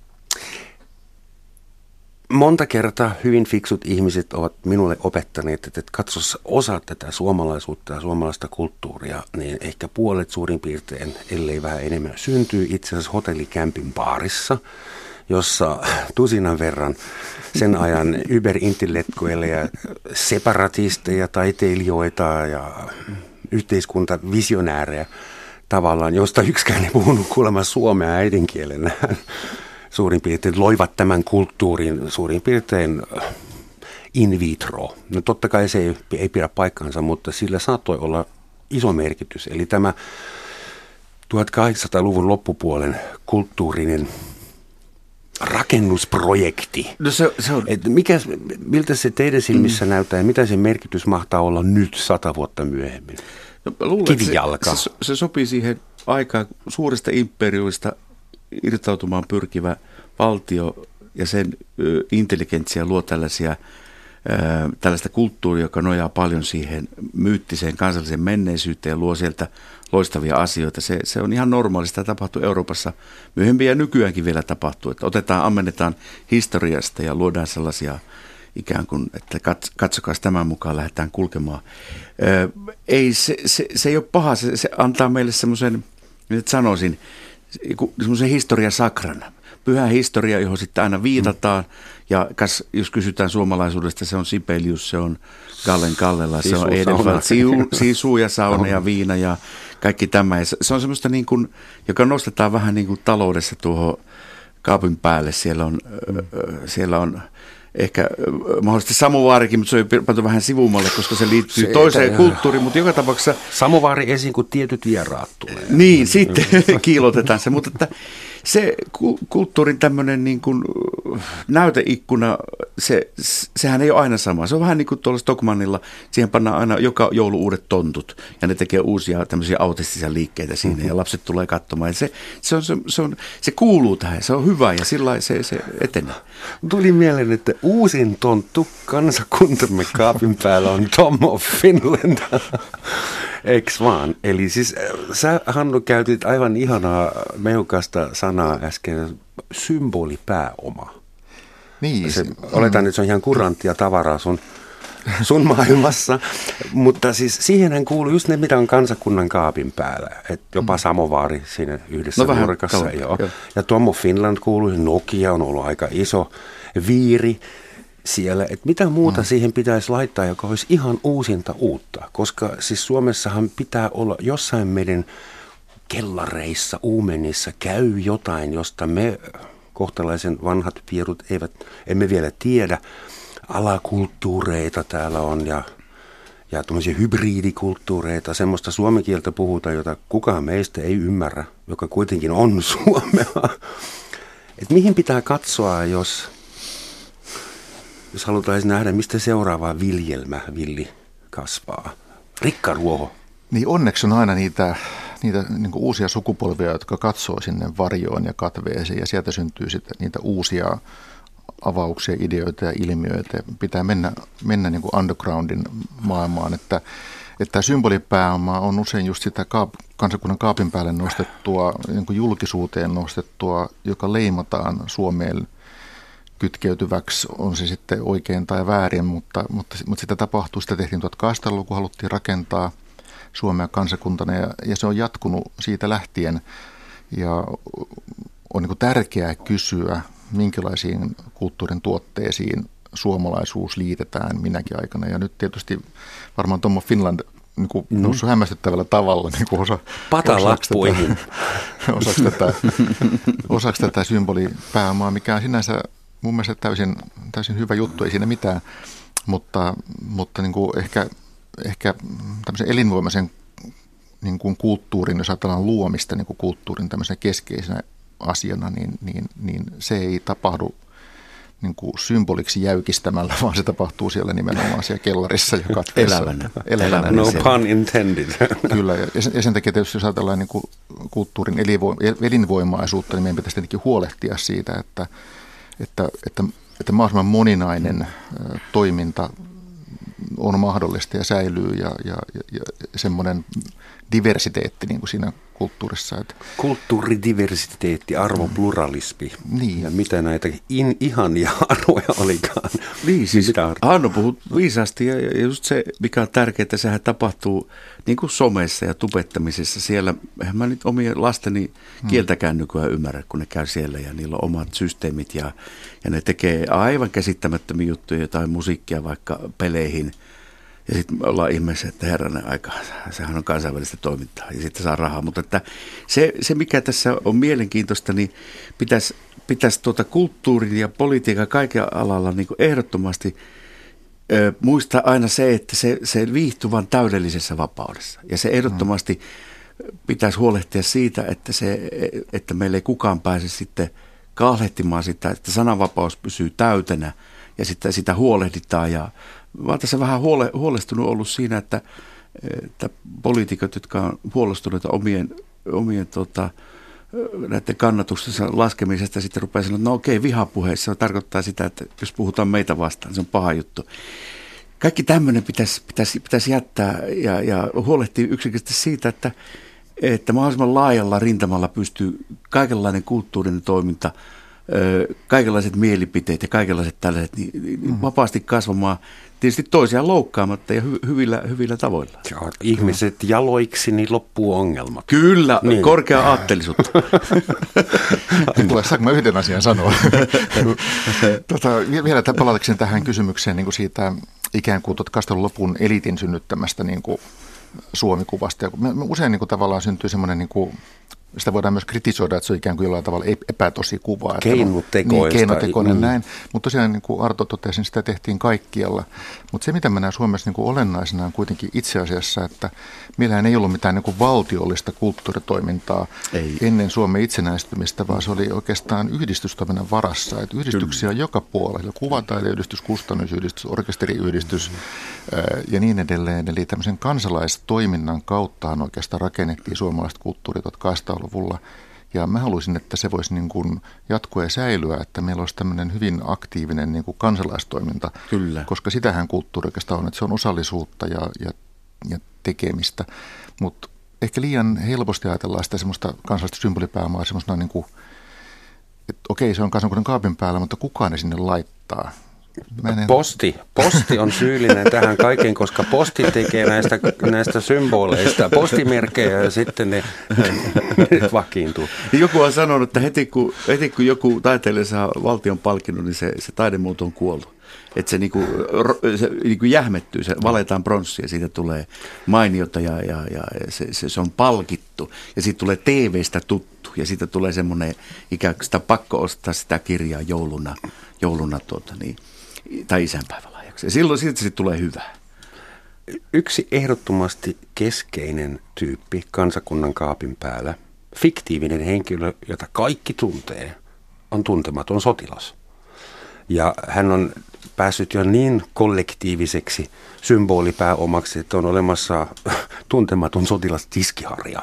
monta kertaa hyvin fiksut ihmiset ovat minulle opettaneet, että katso osa tätä suomalaisuutta ja suomalaista kulttuuria, niin ehkä puolet suurin piirtein, ellei vähän enemmän, syntyy itse asiassa hotellikämpin baarissa, jossa tusinan verran sen ajan überintellektuelleja, separatisteja, taiteilijoita ja yhteiskuntavisionäärejä tavallaan, josta yksikään ei puhunut kuulemma suomea äidinkielenä. Suurin piirtein loivat tämän kulttuurin suurin piirtein in vitro. No totta kai se ei, ei pidä paikkansa, mutta sillä saattoi olla iso merkitys. Eli tämä tuhatkahdeksansataaluvun loppupuolen kulttuurinen rakennusprojekti. No se, se on. Et mikä, miltä se teidän silmissä mm. näyttää ja mitä sen merkitys mahtaa olla nyt sata vuotta myöhemmin? No, luulen, Kivijalka. Se, se, se sopii siihen aikaan suurista imperiumista irtautumaan pyrkivä valtio ja sen ö, intelligentsia luo tällaisia, ö, tällaista kulttuuria, joka nojaa paljon siihen myyttiseen kansalliseen menneisyyteen ja luo sieltä loistavia asioita. Se, se on ihan normaalista. Sitä tapahtuu Euroopassa myöhemmin ja nykyäänkin vielä tapahtuu, että otetaan, ammennetaan historiasta ja luodaan sellaisia ikään kuin, että katsokaa tämän mukaan lähdetään kulkemaan. Ö, ei, se, se, se ei ole paha, se, se antaa meille semmoisen, nyt sanoisin, semmoisen historiasakran. Pyhä historia, johon sitten aina viitataan. Ja kas, jos kysytään suomalaisuudesta, se on Sibelius, se on Gallen Kallela, se on Edelfelt, sisu ja sauna ja viina ja kaikki tämä. Ja se on semmoista, niin kuin, joka nostetaan vähän niin kuin taloudessa tuohon kaapin päälle. Siellä on, mm. siellä on ehkä mahdollisesti samovaarikin, mutta se on pantu vähän sivumalle, koska se liittyy se toiseen kulttuuriin, mutta joka tapauksessa samovaari esiin, kun tietyt vieraat tulee. Niin, sitten kiilotetaan se, mutta että se kulttuurin tämmöinen niin kuin näyteikkuna, se, sehän ei ole aina sama. Se on vähän niin kuin tuolla Stockmannilla, siihen pannaan aina joka joulu uudet tontut ja ne tekee uusia tämmöisiä autistisia liikkeitä siinä mm-hmm. ja lapset tulee katsomaan. Se, se, on, se, se, on, se kuuluu tähän, se on hyvä ja sillä se, se etenee. Tuli mieleen, että uusin tonttu kansakuntamme kaapin päällä on Tom of Finland. Eiks vaan? Eli siis sä, Hannu, käytit aivan ihanaa mehukasta sanaa äsken, symbolipääoma. Niin. Se, oletan, että se on ihan kuranttia tavaraa sun, sun maailmassa, mutta siis siihenhän kuuluu just ne, mitä on kansakunnan kaapin päällä. Et jopa samovaari siinä yhdessä no nurkassa. Joo. Jo. Ja Tom of Finland kuuluu, Nokia on ollut aika iso, Viiri siellä, että mitä muuta mm. siihen pitäisi laittaa, joka olisi ihan uusinta uutta, koska siis Suomessahan pitää olla jossain meidän kellareissa, uumenissa käy jotain, josta me kohtalaisen vanhat pierut eivät, emme vielä tiedä. Alakulttuureita täällä on ja, ja tuommoisia hybridikulttuureita, semmoista suomen kieltä puhutaan, jota kukaan meistä ei ymmärrä, joka kuitenkin on suomea. Et mihin pitää katsoa, jos... Jos halutaan nähdä, mistä seuraava viljelmä, villi kasvaa. Rikka Ruoho. Niin onneksi on aina niitä, niitä niin kuin uusia sukupolvia, jotka katsoo sinne varjoon ja katveeseen. Ja sieltä syntyy sitten niitä uusia avauksia, ideoita ja ilmiöitä. Pitää mennä, mennä niin kuin undergroundin maailmaan. Että, että symbolipääoma on usein just sitä kaap, kansakunnan kaapin päälle nostettua, niin kuin julkisuuteen nostettua, joka leimataan Suomeen kytkeytyväksi, on se sitten oikein tai väärin, mutta, mutta, mutta sitä tapahtuu, sitä tehtiin tuhatkahdeksansataaluvulla, kun haluttiin rakentaa Suomea kansakuntana ja, ja se on jatkunut siitä lähtien ja on niin kuin tärkeää kysyä, minkälaisiin kulttuurin tuotteisiin suomalaisuus liitetään minäkin aikana ja nyt tietysti varmaan Tom of Finland niin kuin mm. noussut hämmästyttävällä tavalla niin kuin osa, osaksi, tätä, osaksi, tätä, osaksi tätä symbolipääomaa, mikä on sinänsä mun mielestä täysin, täysin hyvä juttu, ei siinä mitään, mutta, mutta niin kuin ehkä, ehkä tämmöisen elinvoimaisen niin kuin kulttuurin, jos ajatellaan luomista niin kuin kulttuurin tämmöisenä keskeisenä asiana, niin, niin, niin se ei tapahdu niin kuin symboliksi jäykistämällä, vaan se tapahtuu siellä nimenomaan siellä kellarissa ja katveessa. Elävänä. Elävänä. No pun intended. Kyllä, ja sen, ja sen takia tietysti jos ajatellaan niin kuin kulttuurin elinvoimaisuutta, niin meidän pitäisi tietenkin huolehtia siitä, että, että, että, että mahdollisimman moninainen toiminta on mahdollista ja säilyy ja, ja, ja semmoinen diversiteetti niin kuin siinä kulttuurissa. Että kulttuuridiversiteetti, arvopluralismi. Niin. Ja mitä näitä in, ihania arvoja olikaan. Niin, siis Hanno puhuu viisaasti ja just se, mikä on tärkeää, että sehän tapahtuu niin kuin somessa ja tubettamisessa. Siellä, eihän mä nyt omien lasteni kieltäkään nykyään ymmärrä, kun ne käy siellä ja niillä on omat systeemit ja, ja ne tekee aivan käsittämättömiä juttuja, jotain musiikkia vaikka peleihin. Ja sitten me ollaan ihmeessä, että herranen aika, sehän on kansainvälistä toimintaa ja sitten saa rahaa. Mutta että se, se, mikä tässä on mielenkiintoista, niin pitäisi, pitäisi tuota kulttuurin ja politiikan kaiken alalla niin kuin ehdottomasti ö, muistaa aina se, että se, se viihtyy vain täydellisessä vapaudessa. Ja se ehdottomasti pitäisi huolehtia siitä, että, se, että meillä ei kukaan pääse sitten kahlehtimaan sitä, että sananvapaus pysyy täytenä ja sitten sitä huolehditaan ja mä oon tässä vähän huole, huolestunut ollut siinä, että, että poliitikot, jotka on huolestuneita omien, omien tota, näiden kannatustensa laskemisesta, sitten rupeaa sanoa, että no okei, vihapuheissa se tarkoittaa sitä, että jos puhutaan meitä vastaan, se on paha juttu. Kaikki tämmöinen pitäisi, pitäisi, pitäisi jättää ja, ja huolehtia yksinkertaisesti siitä, että, että mahdollisimman laajalla rintamalla pystyy kaikenlainen kulttuurinen toiminta, kaikenlaiset mielipiteet ja kaikenlaiset tällaiset niin vapaasti kasvamaan, tietysti toisiaan loukkaamatta ja hy- hyvillä, hyvillä tavoilla. Ja ihmiset jaloiksi, niin loppuu ongelmat. Kyllä, niin. Korkea aattelisuutta. Tulee, saanko mä yhden asian sanoa? tota, vielä palatakseni tähän kysymykseen niin kuin siitä ikään kuin kastelun lopun eliitin synnyttämästä niin kuin Suomi-kuvasta. Ja usein niin kuin, tavallaan syntyy semmoinen, niin kuin, sitä voidaan myös kritisoida, että se on ikään kuin jollain tavalla epätosi kuva. Keinotekoista. Niin, keinotekoinen mm. näin. Mutta tosiaan niin kuin Arto totesi, niin sitä tehtiin kaikkialla. Mutta se, mitä mä näen Suomessa niin kuin olennaisena on kuitenkin itse asiassa, että meillähän ei ollut mitään niin kuin valtiollista kulttuuritoimintaa ei. ennen Suomen itsenäistymistä, vaan se oli oikeastaan yhdistystoiminnan varassa. Että yhdistyksiä on joka puolella. Kuvataideyhdistys, kustannusyhdistys, orkesteriyhdistys mm. ja niin edelleen. Eli tämmöisen kansalaistoiminnan kauttaan oikeastaan rakennettiin suomalaiset kulttuurit kahdeksankymmentäluvulla. Ja mä haluaisin, että se voisi niin kuin jatkua ja säilyä, että meillä olisi tämmöinen hyvin aktiivinen niin kuin kansalaistoiminta. Kyllä. Koska sitähän kulttuuri oikeastaan on, että se on osallisuutta ja, ja, ja tekemistä. Mutta ehkä liian helposti ajatellaan sitä semmoista kansallista symbolipääomaa semmoista niin kuin, että okei, se on kansakunnan kaapin päällä, mutta kukaan ne sinne laittaa. En... Posti. Posti on syyllinen tähän kaiken, koska posti tekee näistä, näistä symboleista postimerkkejä ja sitten ne, ne vakiintuu. Joku on sanonut, että heti kun, heti kun joku taiteilija saa valtion palkinnon, niin se, se taidemuoto on kuollut. Että se, niinku, se niinku jähmettyy, se valetaan pronssia, siitä tulee mainiota ja, ja, ja se, se, se on palkittu. Ja siitä tulee T V:stä tuttu ja siitä tulee semmoinen ikään kuin sitä pakko ostaa sitä kirjaa jouluna, jouluna tuota, niin, tai isänpäivälahjaksi. Ja silloin siitä se tulee hyvää. Yksi ehdottomasti keskeinen tyyppi kansakunnan kaapin päällä, fiktiivinen henkilö, jota kaikki tuntee, on Tuntematon sotilas. Ja hän on päässyt jo niin kollektiiviseksi symbolipääomaksi, että on olemassa Tuntematon sotilas tiskiharja.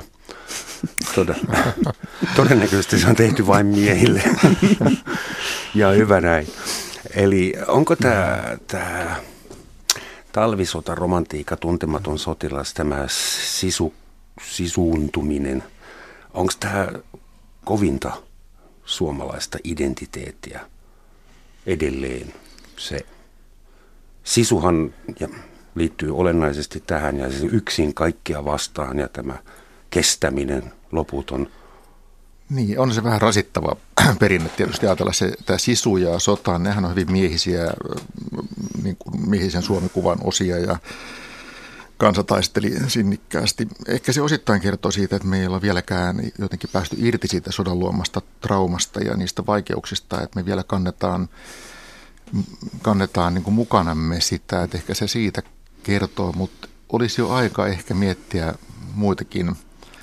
Todennäköisesti se on tehty vain miehille. Ja hyvä näin. Eli onko tämä, tämä talvisota-romantiikka, Tuntematon sotilas, tämä sisu, sisuuntuminen, onko tämä kovinta suomalaista identiteettiä edelleen? Se sisuhan ja liittyy olennaisesti tähän ja se yksin kaikkia vastaan ja tämä kestäminen loputon. Niin, on se vähän rasittava perinne tietysti ajatella se, tämä sisu ja sota, nehän on hyvin miehisiä, niin kuin miehisen Suomi-kuvan osia ja kansa taisteli sinnikkäästi. Ehkä se osittain kertoo siitä, että me ei ole vieläkään jotenkin päästy irti siitä sodan luomasta traumasta ja niistä vaikeuksista, että me vielä kannetaan, kannetaan niin kuin mukanamme sitä, että ehkä se siitä kertoo, mutta olisi jo aika ehkä miettiä muitakin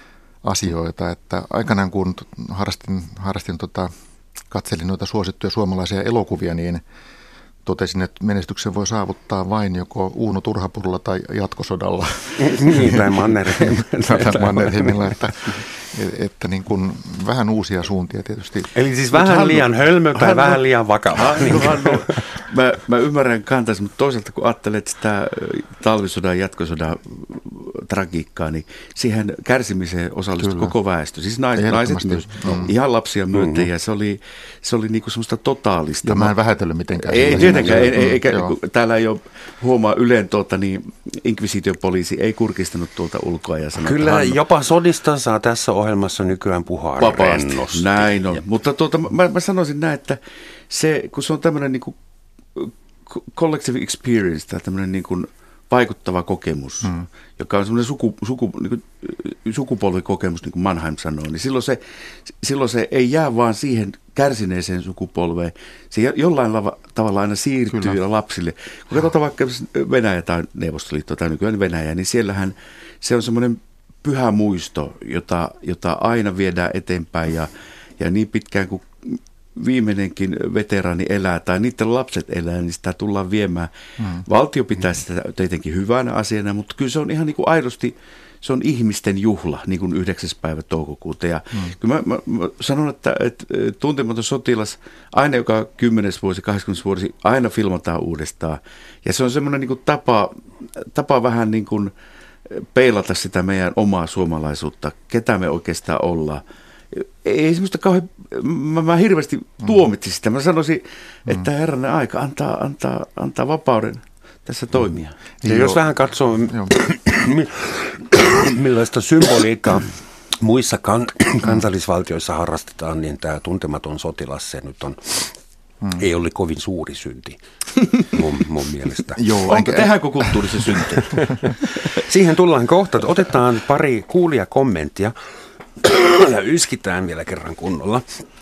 asioita. Että aikanaan kun harrastin, harrastin tota, katselin noita suosittuja suomalaisia elokuvia, niin totesin, että menestyksen voi saavuttaa vain joko Uuno Turhapurolla tai Jatkosodalla. Niin, tai Mannerheimilla. tai Mannerheimilla, että, että niin kuin vähän uusia suuntia tietysti. Eli siis vähän Hannu, liian hölmö tai Hannu, vähän liian vakava. Hannu, Hannu, mä, mä ymmärrän kantaisi, mutta toisaalta kun ajattelet sitä talvisodan, jatkosodan tragiikkaa, niin siihen kärsimiseen osallistui Kyllä. koko väestö. Siis naiset, naiset myös, mm. ihan lapsia myöten, ja se oli, se oli niinku semmoista totaalista. Ja mä en vähätellyt mitenkään. Ei tietenkään, ei, ei, eikä, täällä ei ole, huomaa Ylen tuota, niin inkvisitiopoliisi ei kurkistanut tuolta ulkoa ja sanoi, Kyllä Hannu, jopa sodista saa tässä ohjelmassa nykyään puhua rennosti. Näin on, ja. Mutta tuota, mä, mä sanoisin näin, että se, kun se on tämmöinen niinku collective experience, tai tämmöinen niinku vaikuttava kokemus, hmm. joka on semmoinen suku, suku, niin sukupolvikokemus, niin kuin Mannheim sanoo, niin silloin se, silloin se ei jää vaan siihen kärsineeseen sukupolveen. Se jollain lava, tavalla aina siirtyy Kyllä. lapsille. Kun katsotaan vaikka Venäjä tai Neuvostoliitto tai nykyään Venäjä, niin siellähän se on semmoinen pyhä muisto, jota, jota aina viedään eteenpäin ja, ja niin pitkään kuin viimeinenkin veteraani elää tai niiden lapset elää, niin sitä tullaan viemään. Mm. Valtio pitää sitä tietenkin hyvänä asiana, mutta kyllä se on ihan niin kuin aidosti, se on ihmisten juhla, niin kuin yhdeksäs päivä toukokuuta. Ja mm. kyllä mä, mä, mä sanon, että, että Tuntematon sotilas, aina joka kymmenes vuosi, kahdeskymmenes vuosi, aina filmataan uudestaan. Ja se on semmoinen niin kuin tapa, tapa vähän niin kuin peilata sitä meidän omaa suomalaisuutta, ketä me oikeastaan ollaan. Ei semmoista kauhean, mä, mä hirveästi tuomitsin sitä. Mä sanoisin, että herranen aika antaa, antaa, antaa vapauden tässä toimia. Ja Joo. jos vähän katsoo, millaista symboliikkaa muissa kan, kansallisvaltioissa harrastetaan, niin tämä Tuntematon sotilas, se nyt on, hmm. ei ole kovin suuri synti mun, mun mielestä. Joo, Onko, tehdäänkö kulttuurisen synti? Siihen tullaan kohta. Otetaan pari kuulijakommenttia. Ja yskitään vielä kerran kunnolla.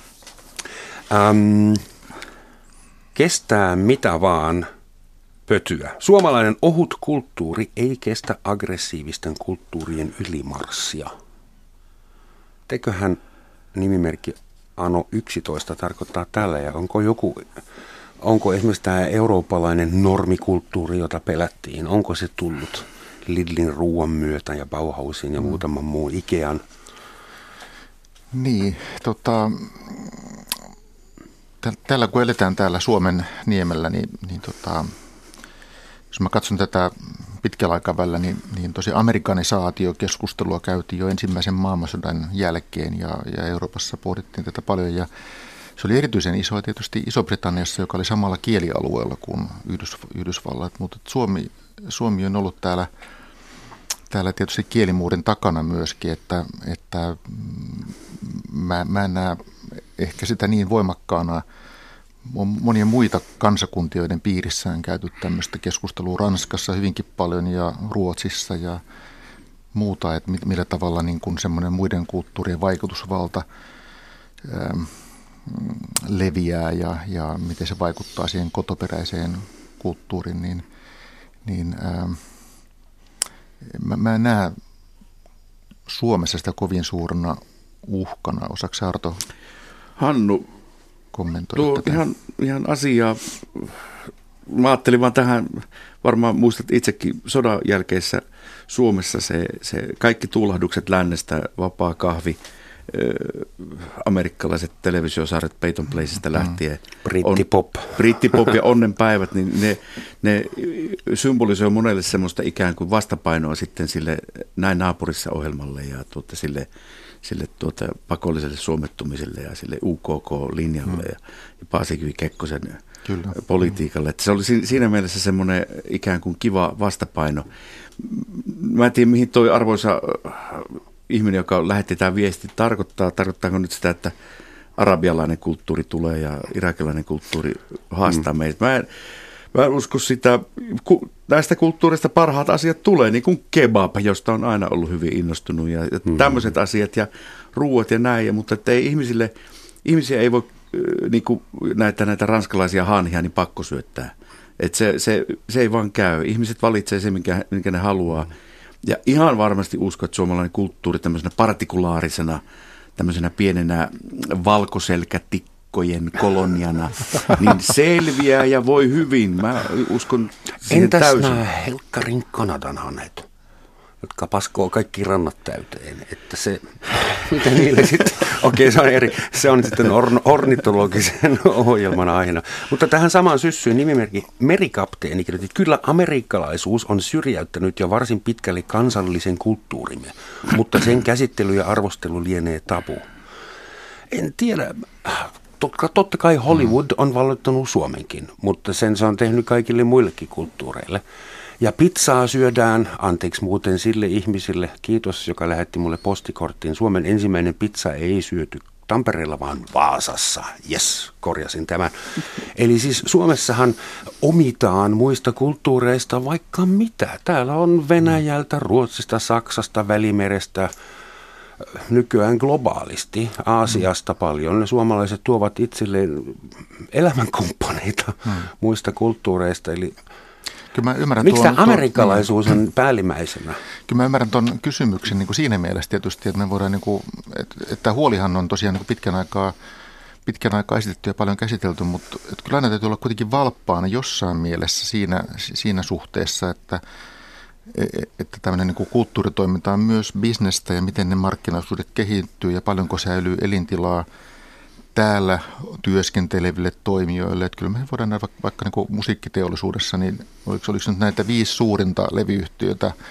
Ähm, kestää mitä vaan pötyä. Suomalainen ohut kulttuuri ei kestä aggressiivisten kulttuurien ylimarssia. Teköhän nimimerkki Ano yksitoista tarkoittaa tällä, ja onko joku, onko esimerkiksi tämä eurooppalainen normikulttuuri, jota pelättiin, onko se tullut Lidlin ruuan myötä ja Bauhausin ja mm. muutaman muun Ikean? Niin, tota, tällä kun eletään täällä Suomen niemellä, niin, niin tota, jos mä katson tätä pitkällä aikavälillä, niin, niin tosi amerikanisaatiokeskustelua käytiin jo ensimmäisen maailmansodan jälkeen ja, ja Euroopassa pohdittiin tätä paljon ja se oli erityisen iso tietysti Iso-Britanniassa, joka oli samalla kielialueella kuin Yhdys, Yhdysvallat, mutta Suomi, Suomi on ollut täällä Täällä tietysti kielimuurin takana myöskin, että, että mä, mä en näe ehkä sitä niin voimakkaana. On monia muita kansakuntia, joiden piirissä on käyty tämmöistä keskustelua Ranskassa hyvinkin paljon ja Ruotsissa ja muuta, että millä tavalla niin kuin semmoinen muiden kulttuurien vaikutusvalta ää, leviää ja, ja miten se vaikuttaa siihen kotoperäiseen kulttuuriin, niin, niin ää, Mä, mä en näe Suomessa sitä kovin suurena uhkana. Osaako sä, Arto Hannu, kommentoida tuo tätä? Ihan, ihan asiaa. Mä ajattelin vaan tähän, varmaan muistat itsekin sodan jälkeisessä Suomessa se, se kaikki tuulahdukset lännestä, vapaa kahvi, amerikkalaiset televisiosarjat Peyton Placeista lähtien. Brittipop. Brittipop ja onnenpäivät, niin ne, ne symbolisoi monelle semmoista ikään kuin vastapainoa sitten sille näin naapurissa ohjelmalle ja tuota, sille, sille tuota, pakolliselle suomettumiselle ja sille U K K-linjalle mm. ja, ja Paasikivi Kekkosen Kyllä. politiikalle. Että se oli siinä mielessä semmoinen ikään kuin kiva vastapaino. Mä en tiedä, mihin toi arvoisa ihminen, joka lähetti tämä viesti, tarkoittaa, tarkoittaako nyt sitä, että arabialainen kulttuuri tulee ja irakilainen kulttuuri haastaa mm. meitä. Mä en, mä en usko sitä, näistä kulttuureista parhaat asiat tulee, niin kuin kebab, josta on aina ollut hyvin innostunut ja, ja mm. tämmöiset asiat ja ruuat ja näin, mutta että ei ihmisille, ihmisiä ei voi niin kuin näitä, näitä ranskalaisia hanhia niin pakko syöttää. Että se, se, se ei vaan käy. Ihmiset valitsee se, minkä, minkä ne haluaa. Ja ihan varmasti uskon, että suomalainen kulttuuri tämmöisenä partikulaarisena, tämmöisenä pienenä valkoselkätikkojen koloniana, niin selviää ja voi hyvin. Mä uskon siihen Entäs täysin. nämä helkkarin Kanadan hanet, jotka paskoo kaikki rannat täyteen, että se, mitä niille sitten, okei okay, se on eri, se on sitten orn, ornitologisen ohjelman aiheena. Mutta tähän samaan syssyyn nimimerkki merikapteeni kirjoitti, että kyllä amerikkalaisuus on syrjäyttänyt jo varsin pitkälle kansallisen kulttuurimme, mutta sen käsittely ja arvostelu lienee tabu. En tiedä, totta, totta kai Hollywood on valloittanut Suomenkin, mutta sen se on tehnyt kaikille muillekin kulttuureille. Ja pizzaa syödään, anteeksi muuten sille ihmisille, kiitos, joka lähetti mulle postikorttiin. Suomen ensimmäinen pizza ei syöty Tampereella, vaan Vaasassa. Jes, korjasin tämän. Eli siis Suomessahan omitaan muista kulttuureista vaikka mitä. Täällä on Venäjältä, Ruotsista, Saksasta, Välimerestä, nykyään globaalisti, Aasiasta paljon. Ne suomalaiset tuovat itselleen elämänkumppaneita hmm. muista kulttuureista, eli miksi tämä amerikkalaisuus on mm. päällimmäisenä? Kyllä mä ymmärrän tuon kysymyksen niin kuin siinä mielessä tietysti, että me voidaan, niin kuin, että, että huolihan on tosiaan niin kuin pitkän aikaa, pitkän aikaa esitetty ja paljon käsitelty, mutta että kyllä aina täytyy olla kuitenkin valppaana jossain mielessä siinä, siinä suhteessa, että, että tämmöinen niin kuin kulttuuritoiminta on myös bisnestä ja miten ne markkinaisuudet kehittyy ja paljonko säilyy elintilaa täällä työskenteleville toimijoille. Että kyllä me voidaan nähdä vaikka, vaikka niin kuin musiikkiteollisuudessa, niin oliko, oliko nyt näitä viisi suurinta levyyhtiötä ää,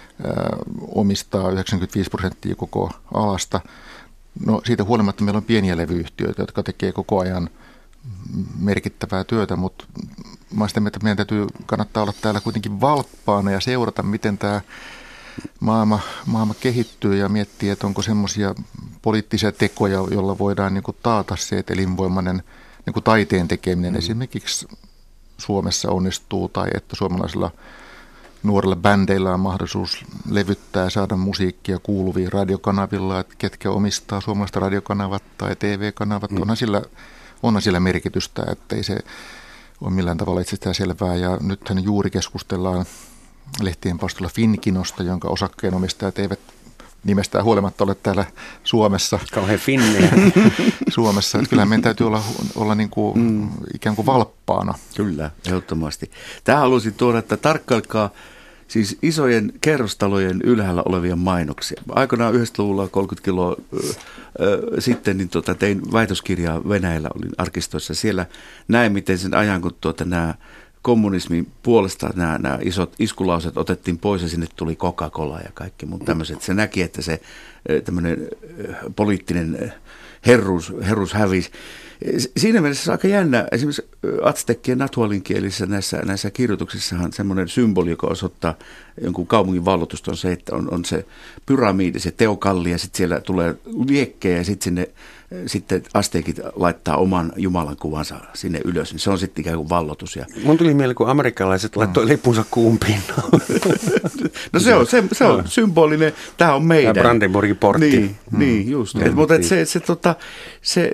omistaa yhdeksänkymmentäviisi prosenttia koko alasta. No siitä huolimatta meillä on pieniä levyyhtiöitä, jotka tekee koko ajan merkittävää työtä, mutta mä sitä mieltä, että meidän täytyy kannattaa olla täällä kuitenkin valppaana ja seurata, miten tämä maailma, maailma kehittyy ja miettiä, että onko semmoisia poliittisia tekoja, joilla voidaan niin kuin taata se, että elinvoimainen niin kuin taiteen tekeminen mm. esimerkiksi Suomessa onnistuu tai että suomalaisilla nuorilla bändeillä on mahdollisuus levyttää ja saada musiikkia kuuluviin radiokanavilla, että ketkä omistaa suomalaiset radiokanavat tai T V-kanavat. Mm. Onhan sillä, onhan sillä merkitystä, että ei se ole millään tavalla itsestään selvää ja nythän juuri keskustellaan lehtien palstalla Finkinosta, jonka osakkeenomistajat eivät nimestään huolimatta ole täällä Suomessa. Kauhean finniä. Suomessa. Että kyllähän meidän täytyy olla, olla niin kuin, mm. ikään kuin valppaana. Kyllä, ehdottomasti. Tähän haluaisin tuoda, että tarkkailkaa siis isojen kerrostalojen ylhäällä olevia mainoksia. Aikanaan yhdeksänkymmentäluvulla kolmekymmentä kiloa ö, ö, sitten niin tuota, tein väitöskirjaa Venäjällä, olin arkistoissa. Siellä näin, miten sen ajan, kun tuota, nämä kommunismin puolesta nämä, nämä isot iskulauset otettiin pois ja sinne tuli Coca-Cola ja kaikki muut tämmöiset. Se näki, että se tämmöinen poliittinen herruus, herruus hävisi. Siinä mielessä se on aika jännä. Esimerkiksi aztekkien natualin kielissä näissä, näissä kirjoituksissahan semmoinen symboli, joka osoittaa jonkun kaupungin valloitusta, on se, että on, on se pyramidi, se teokalli ja sitten siellä tulee liekkejä ja sitten sinne sitten asteekit laittaa oman Jumalan kuvansa sinne ylös, niin se on sitten ikään kuin vallotus. Ja mun tuli mieleen, kun amerikkalaiset laittoi mm. lipunsa kuun pinnaan. No se on, se, se on symbolinen, tämä on meidän. Tämä Brandenburgin portti. Niin, mm. niin just. Mm. Et, mutta et se, se, tota, se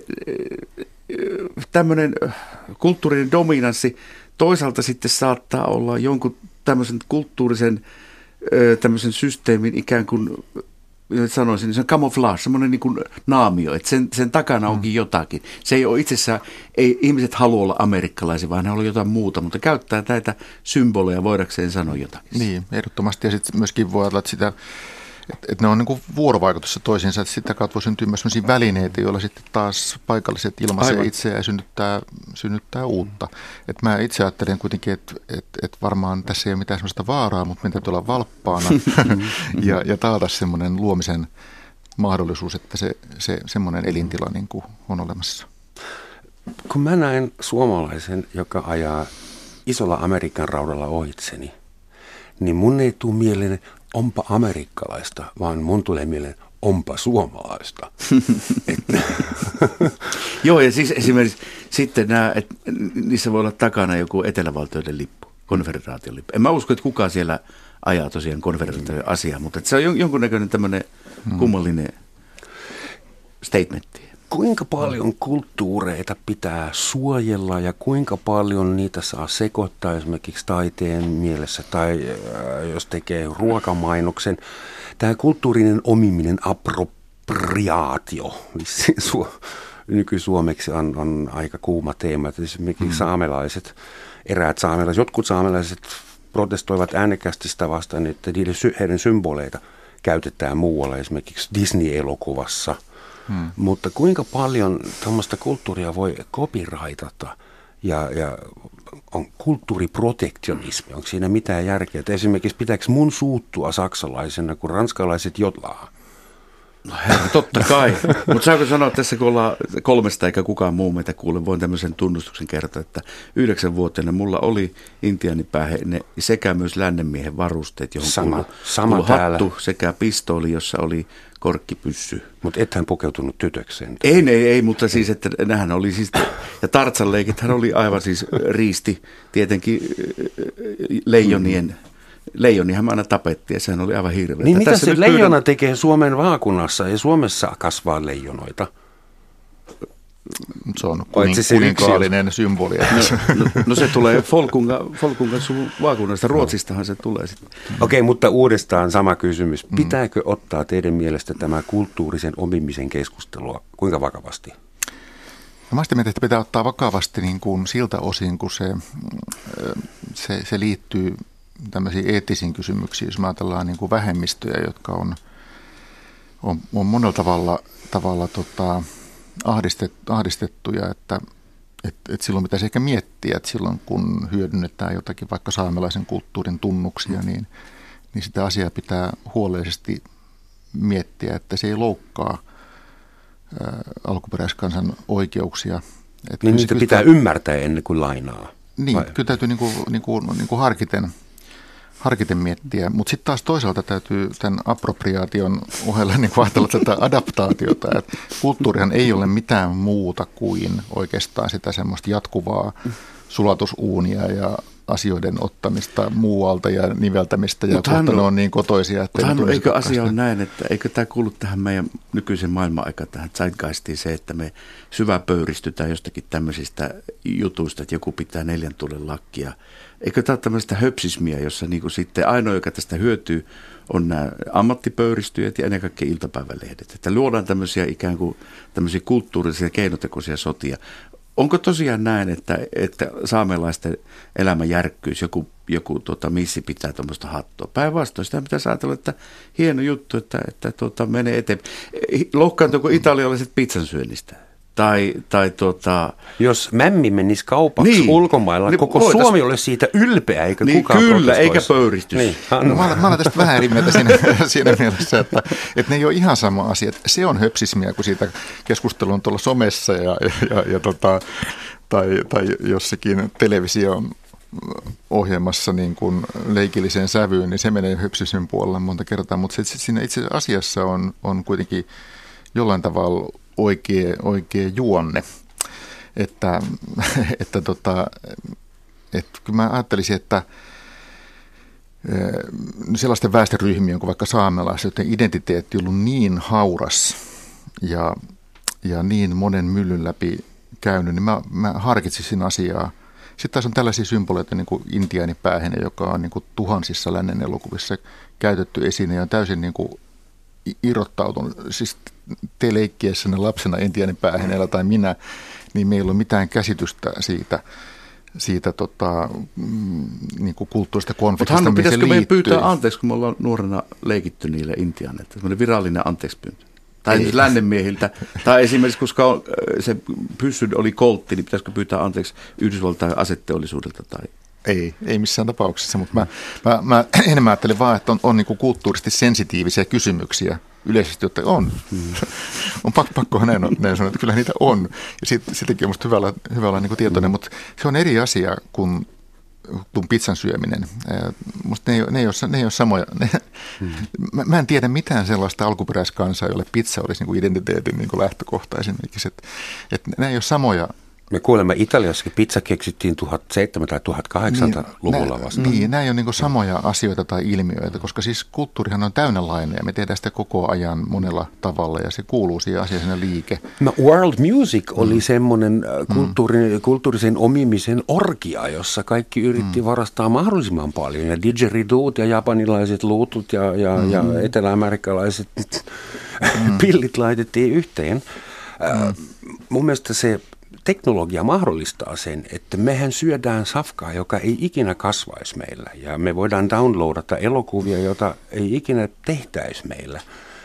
tämmöinen kulttuurinen dominanssi toisaalta sitten saattaa olla jonkun tämmöisen kulttuurisen tämmöisen systeemin ikään kuin, sanoisin, niin se on camouflage, semmoinen niin kuin naamio, että sen, sen takana onkin mm. jotakin. Se ei ole itsessään, ei ihmiset halua olla amerikkalaisia, vaan ne haluaa jotain muuta, mutta käyttää näitä symboleja voidakseen sanoa jotakin. Niin, ehdottomasti. Ja sitten myöskin voi olla, että sitä Että et ne on niin kuin vuorovaikutussa toisiinsa, että sitä kautta voi syntyä myös sellaisia välineitä, joilla sitten taas paikalliset ilmaisee itseään ja synnyttää, synnyttää uutta. Et mä itse ajattelen kuitenkin, että et, et varmaan tässä ei ole mitään sellaista vaaraa, mutta meidän täytyy olla valppaana ja, ja taata semmoinen luomisen mahdollisuus, että se, se semmoinen elintila niin kuin on olemassa. Kun mä näen suomalaisen, joka ajaa isolla Amerikan raudalla ohitseni, niin mun ei tule mieleen, onpa amerikkalaista, vaan mun tulee mieleen, onpa suomalaista. Joo, ja siis esimerkiksi sitten nämä, että niissä voi olla takana joku etelävaltioiden lippu, konfederaation lippu. En mä usko, että kukaan siellä ajaa tosiaan konfederaation asiaa, mutta se on jonkunnäköinen tämmöinen kummallinen statementti. Kuinka paljon kulttuureita pitää suojella ja kuinka paljon niitä saa sekoittaa esimerkiksi taiteen mielessä tai äh, jos tekee ruokamainoksen. Tämä kulttuurinen omiminen, appropriaatio, nykysuomeksi on, on aika kuuma teema. Esimerkiksi mm. saamelaiset, eräät saamelaiset, jotkut saamelaiset protestoivat äänekästi sitä vastaan, että heidän symboleita käytetään muualla, esimerkiksi Disney-elokuvassa. Hmm. Mutta kuinka paljon tämmöistä kulttuuria voi copyrightata ja, ja on kulttuuriprotektionismi, onko siinä mitään järkeä? Että esimerkiksi pitääkö mun suuttua saksalaisena, kun ranskalaiset jotlaa? No herra, totta kai. Mutta saanko sanoa tässä, kun ollaan kolmesta eikä kukaan muu meitä kuule, voin tämmöisen tunnustuksen kertoa, että yhdeksänvuotiaana mulla oli intiaanipäähe sekä myös lännenmiehen varusteet, johon sama, kuului, sama kuului täällä. hattu sekä pistooli, jossa oli korkkipyssy. Mutta ethän pukeutunut tytökseen. Ei, ei, ei, mutta siis, että nämähän oli siis, ja Tarzan leikithän oli aivan siis riisti, tietenkin leijonien, mm. leijonihan me aina tapettiin ja sehän oli aivan hirveä. Niin mitä tässä se leijona pyydän... tekee Suomen vaakunnassa? Ei Suomessa kasvaa leijonoita. Se on kuning, se kuninkaallinen symboli. No, no, no se tulee Folkunga, Folkunga vaakunnasta, Ruotsistahan se tulee sitten. Okei, okay, mutta uudestaan sama kysymys. Pitääkö ottaa teidän mielestä tämä kulttuurisen omimisen keskustelua kuinka vakavasti? No, mä sitä että pitää ottaa vakavasti niin kuin siltä osin, kun se, se, se liittyy tämmöisiin eettisiin kysymyksiin, jos me ajatellaan niin kuin vähemmistöjä, jotka on, on, on monella tavalla, tavalla tota, ahdistettu, ahdistettuja, että et, et silloin pitäisi ehkä miettiä, että silloin kun hyödynnetään jotakin vaikka saamelaisen kulttuurin tunnuksia, niin, niin sitä asiaa pitää huolellisesti miettiä, että se ei loukkaa ää, alkuperäiskansan oikeuksia. Et niin niitä pitää sitä, ymmärtää ennen kuin lainaa. Niin, vai? Kyllä täytyy niinku, niinku, niinku harkiten, harkiten miettiä, mutta sitten taas toisaalta täytyy tämän appropriaation ohella niin ajatella tätä adaptaatiota, että kulttuurihan ei ole mitään muuta kuin oikeastaan sitä semmoista jatkuvaa sulatusuunia ja asioiden ottamista muualta ja niveltämistä ja kohta ne on niin kotoisia. Että mutta eikö asia ole näin, että eikö tämä kuulu tähän meidän nykyisen maailman-aikaan, tähän zeitgeistiin se, että me syväpöyristytään jostakin tämmöisistä jutuista, että joku pitää neljän tulen lakkia. Eikö tämä ole tämmöistä höpsismiä, jossa niin kuin sitten ainoa, joka tästä hyötyy, on nämä ammattipöyristyjät ja ennen kaikkea iltapäivälehdet. Että luodaan tämmöisiä ikään kuin tämmöisiä kulttuurisia keinotekoisia sotia. Onko tosiaan näin, että, että saamelaisten elämä järkkyisi, joku, joku tota, missi pitää tuommoista hattua? Päinvastoin sitä pitäisi ajatella, että hieno juttu, että, että tuota, menee eteenpäin. Loukkaantuuko italialaiset pizzan syönnistä? Tai, tai tuota... Jos mämmi menisi kaupaksi niin, niin, ulkomailla, niin koko voitais... Suomi olisi siitä ylpeä, eikä niin, kukaan kyllä, eikä pöyristys. Niin, no, mä, mä olen tästä vähän eri mieltä siinä, siinä mielessä, että, että ne ei ole ihan sama asia. Se on höpsismiä, kun siitä keskustelua on tuolla somessa ja, ja, ja tota, tai, tai jossakin television ohjelmassa niin kuin leikilliseen sävyyn, niin se menee höpsismin puolella monta kertaa, mutta se, siinä itse asiassa on, on kuitenkin jollain tavalla oikea, oikea juonne, että, että, tota, että kyllä mä ajattelisin, että sellaisten väestöryhmien kuin vaikka saamelaiset, joiden identiteetti on ollut niin hauras ja, ja niin monen myllyn läpi käynyt, niin mä, mä harkitsisin asiaa. Sitten taas on tällaisia symboleita niin kuin intiaanipäähine, joka on niin kuin tuhansissa lännen elokuvissa käytetty esine ja on täysin niin kuin irrottautunut. Siis te leikkiessänne lapsena intiaanipäähineellä tai minä, niin meillä ei ole mitään käsitystä siitä, siitä tota, niin kuin kulttuurista konfliktista. Mutta Hannu, pitäisikö meidän pyytää anteeksi, kun me ollaan nuorena leikitty niille intiaaneille? Sellainen virallinen anteeksipyyntö. Tai siis lännenmiehiltä. Tai esimerkiksi, koska se pyssy oli koltti, niin pitäisikö pyytää anteeksi Yhdysvaltain aseteollisuudelta? Tai... Ei, ei missään tapauksessa, mutta mä, mä, mä enemmän ajattelin vaan, että on, on niin kuin kulttuurisesti sensitiivisiä kysymyksiä yleisesti, että on. Mm. on pakko, pakkohan näin, näin sanoa, että kyllä niitä on. Ja sit, sitäkin on musta hyvä olla, hyvä olla niin kuin tietoinen, mm. mutta se on eri asia kuin tuon pizzan syöminen. Musta ne ei, ne ei, ole, ne ei ole samoja. Ne, mm. mä, mä en tiedä mitään sellaista alkuperäiskansaa, jolle pizza olisi niin kuin identiteetin niin kuin lähtökohta esimerkiksi. Että et ne ei ole samoja, Me kuulemme Italiassakin, pizza keksittiin tuhatseitsemänsataa- tai tuhatkahdeksansataaluvulla niin, vasta. Niin, nämä ei ole niin samoja asioita tai ilmiöitä, koska siis kulttuurihan on täynnälainen ja me tehdään sitä koko ajan monella tavalla ja se kuuluu siihen asiaan liike. No, world music oli mm. semmoinen kulttuuri, kulttuurisen omimisen orgia, jossa kaikki yritti mm. varastaa mahdollisimman paljon. Ja didgeridoot ja japanilaiset luutut ja, ja, mm. ja eteläamerikkalaiset mm. pillit laitettiin yhteen. Mm. Mun mielestä se teknologia mahdollistaa sen, että mehän syödään safkaa, joka ei ikinä kasvaisi meillä. Ja me voidaan downloadata elokuvia, joita ei ikinä tehtäisi meillä.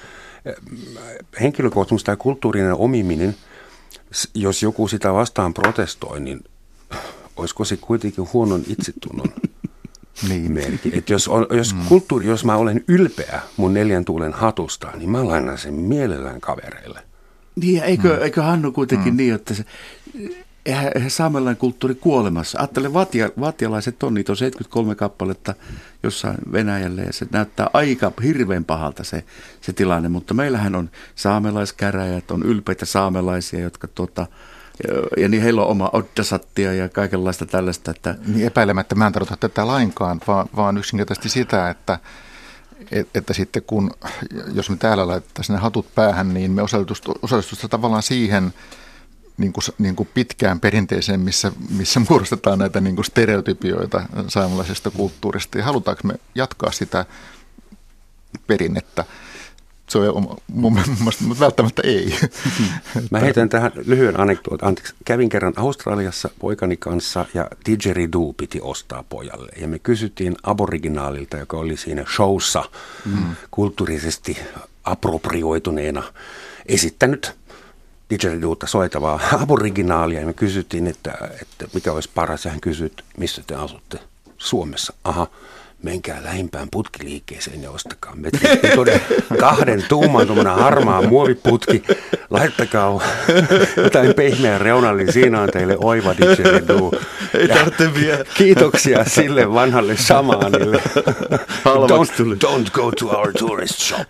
Henkilökohtaisesti tai kulttuurinen omiminen, jos joku sitä vastaan protestoi, niin olisiko se kuitenkin huonon itsetunnon niin. merkki. Että jos, on, jos, mm. kulttuuri, jos mä olen ylpeä mun neljän tuulen hatusta, niin mä lainan sen mielellään kavereille. Niin, eikö, mm. eikö Hannu kuitenkin mm. niin, että se, eihän, eihän saamelainen kulttuuri kuolemassa. Ajattele, vatia, vatialaiset on, niitä on seitsemänkymmentäkolme kappaletta jossain Venäjällä ja se näyttää aika hirveän pahalta se, se tilanne, mutta meillähän on saamelaiskäräjät, on ylpeitä saamelaisia, jotka tuota, ja, ja niin heillä on oma oddasattia ja kaikenlaista tällaista. Että niin epäilemättä mä en tarkoita tätä lainkaan, vaan, vaan yksinkertaisesti sitä, että Että, että sitten kun, jos me täällä laitettaisiin ne hatut päähän, niin me osallistuisimme tavallaan siihen niin kuin, niin kuin pitkään perinteiseen, missä, missä muodostetaan näitä niin kuin stereotypioita saamelaisesta kulttuurista. Ja halutaanko me jatkaa sitä perinnettä? Se on mun mielestä, mutta välttämättä ei. Mä heitän tähän lyhyen anekdootin. Anteeksi, kävin kerran Australiassa poikani kanssa ja didgeridoo piti ostaa pojalle. Ja me kysyttiin aboriginaalilta, joka oli siinä showssa mm. kulttuurisesti aproprioituneena esittänyt didgeridoota soitavaa aboriginaalia. Ja me kysyttiin, että, että mikä olisi paras. Ja hän kysyi, että missä te asutte? Suomessa. Aha. Menkää lähimpään putkiliikkeeseen ja ostakaa metrin kahden tuuman tuommoinen harmaa muoviputki. Laittakaa jotain pehmeän reunallin, siinä on teille oiva didgeridoo. Ei tarvitse vielä. Kiitoksia sille vanhalle shamaanille. Don't, don't go to our tourist shop.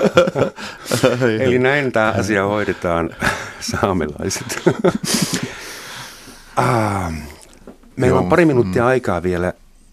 Eli näin tämä asia hoidetaan, saamelaiset. ah, meillä on pari minuuttia aikaa vielä.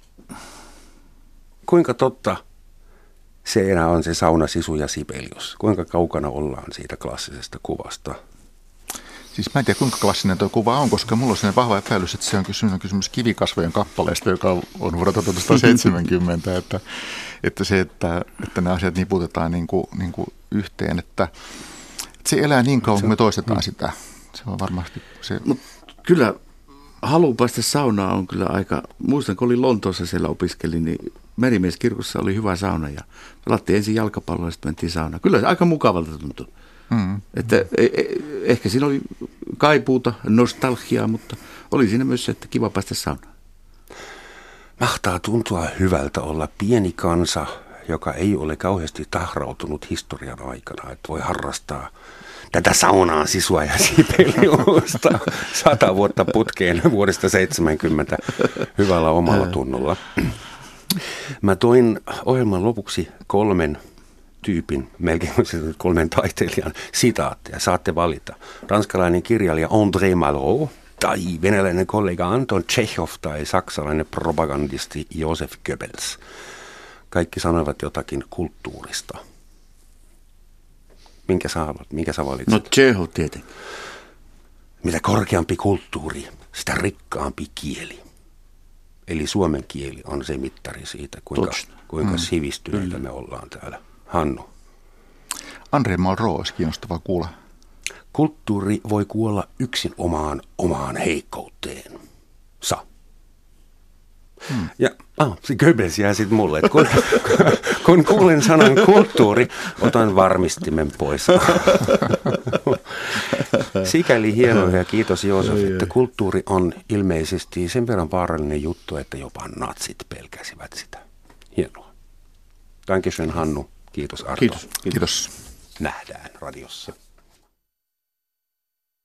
Kuinka totta se enää on se sauna, sisu ja Sibelius? Kuinka kaukana ollaan siitä klassisesta kuvasta? Siis mä en tiedä, kuinka klassinen tuo kuva on, koska mulla on sellainen vahva epäilys, että se on kysymys, on kysymys kivikasvojen kappaleesta, joka on vuodelta tuhatyhdeksänsataaseitsemänkymmentä. että, että se, että, että nämä asiat niputetaan niin kuin, niin kuin yhteen, että, että se elää niin kauan, kun me toistetaan mm. sitä. Se on varmasti se. Mut kyllä halu päästä saunaan on kyllä aika, muistan kun olin Lontoossa siellä opiskelin, niin Merimieskirkossa oli hyvä sauna ja pelattiin ensin jalkapalloa ja sitten mentiin saunaan. Kyllä se aika mukavalta tuntui. Mm. Että e- e- ehkä siinä oli kaipuuta, nostalgiaa, mutta oli siinä myös se, että kiva päästä saunaan. Mahtaa tuntua hyvältä olla pieni kansa, joka ei ole kauheasti tahrautunut historian aikana, että voi harrastaa tätä saunaa, sisua ja Sibeliusta sata vuotta putkeen vuodesta seitsemänkymmentä hyvällä omalla tunnolla. Mä toin ohjelman lopuksi kolmen tyypin, melkein kolmen taiteilijan sitaatteja. Saatte valita. Ranskalainen kirjailija André Malraux tai venäläinen kollega Anton Tšechov tai saksalainen propagandisti Josef Goebbels. Kaikki sanoivat jotakin kulttuurista. Minkä sä haluat? Minkä sä valitset? No Tšechov tietenkin. Mitä korkeampi kulttuuri, sitä rikkaampi kieli. Eli suomen kieli on se mittari siitä, kuinka, kuinka mm. sivistyneitä mm. me ollaan täällä. Hannu. André Malraux olisi kiinnostavaa kuulla. Kulttuuri voi kuolla yksin omaan omaan heikkouteen. Sa. Hmm. Ja ah, se Goebbels jää sitten mulle, että kun, kun kuulen sanan kulttuuri, otan varmistimen pois. Sikäli hienoa ja kiitos Joosef, että kulttuuri on ilmeisesti sen verran vaarallinen juttu, että jopa natsit pelkäsivät sitä. Hienoa. Dankeschön Hannu. Kiitos Arto. Kiitos. Kiitos. Nähdään radiossa.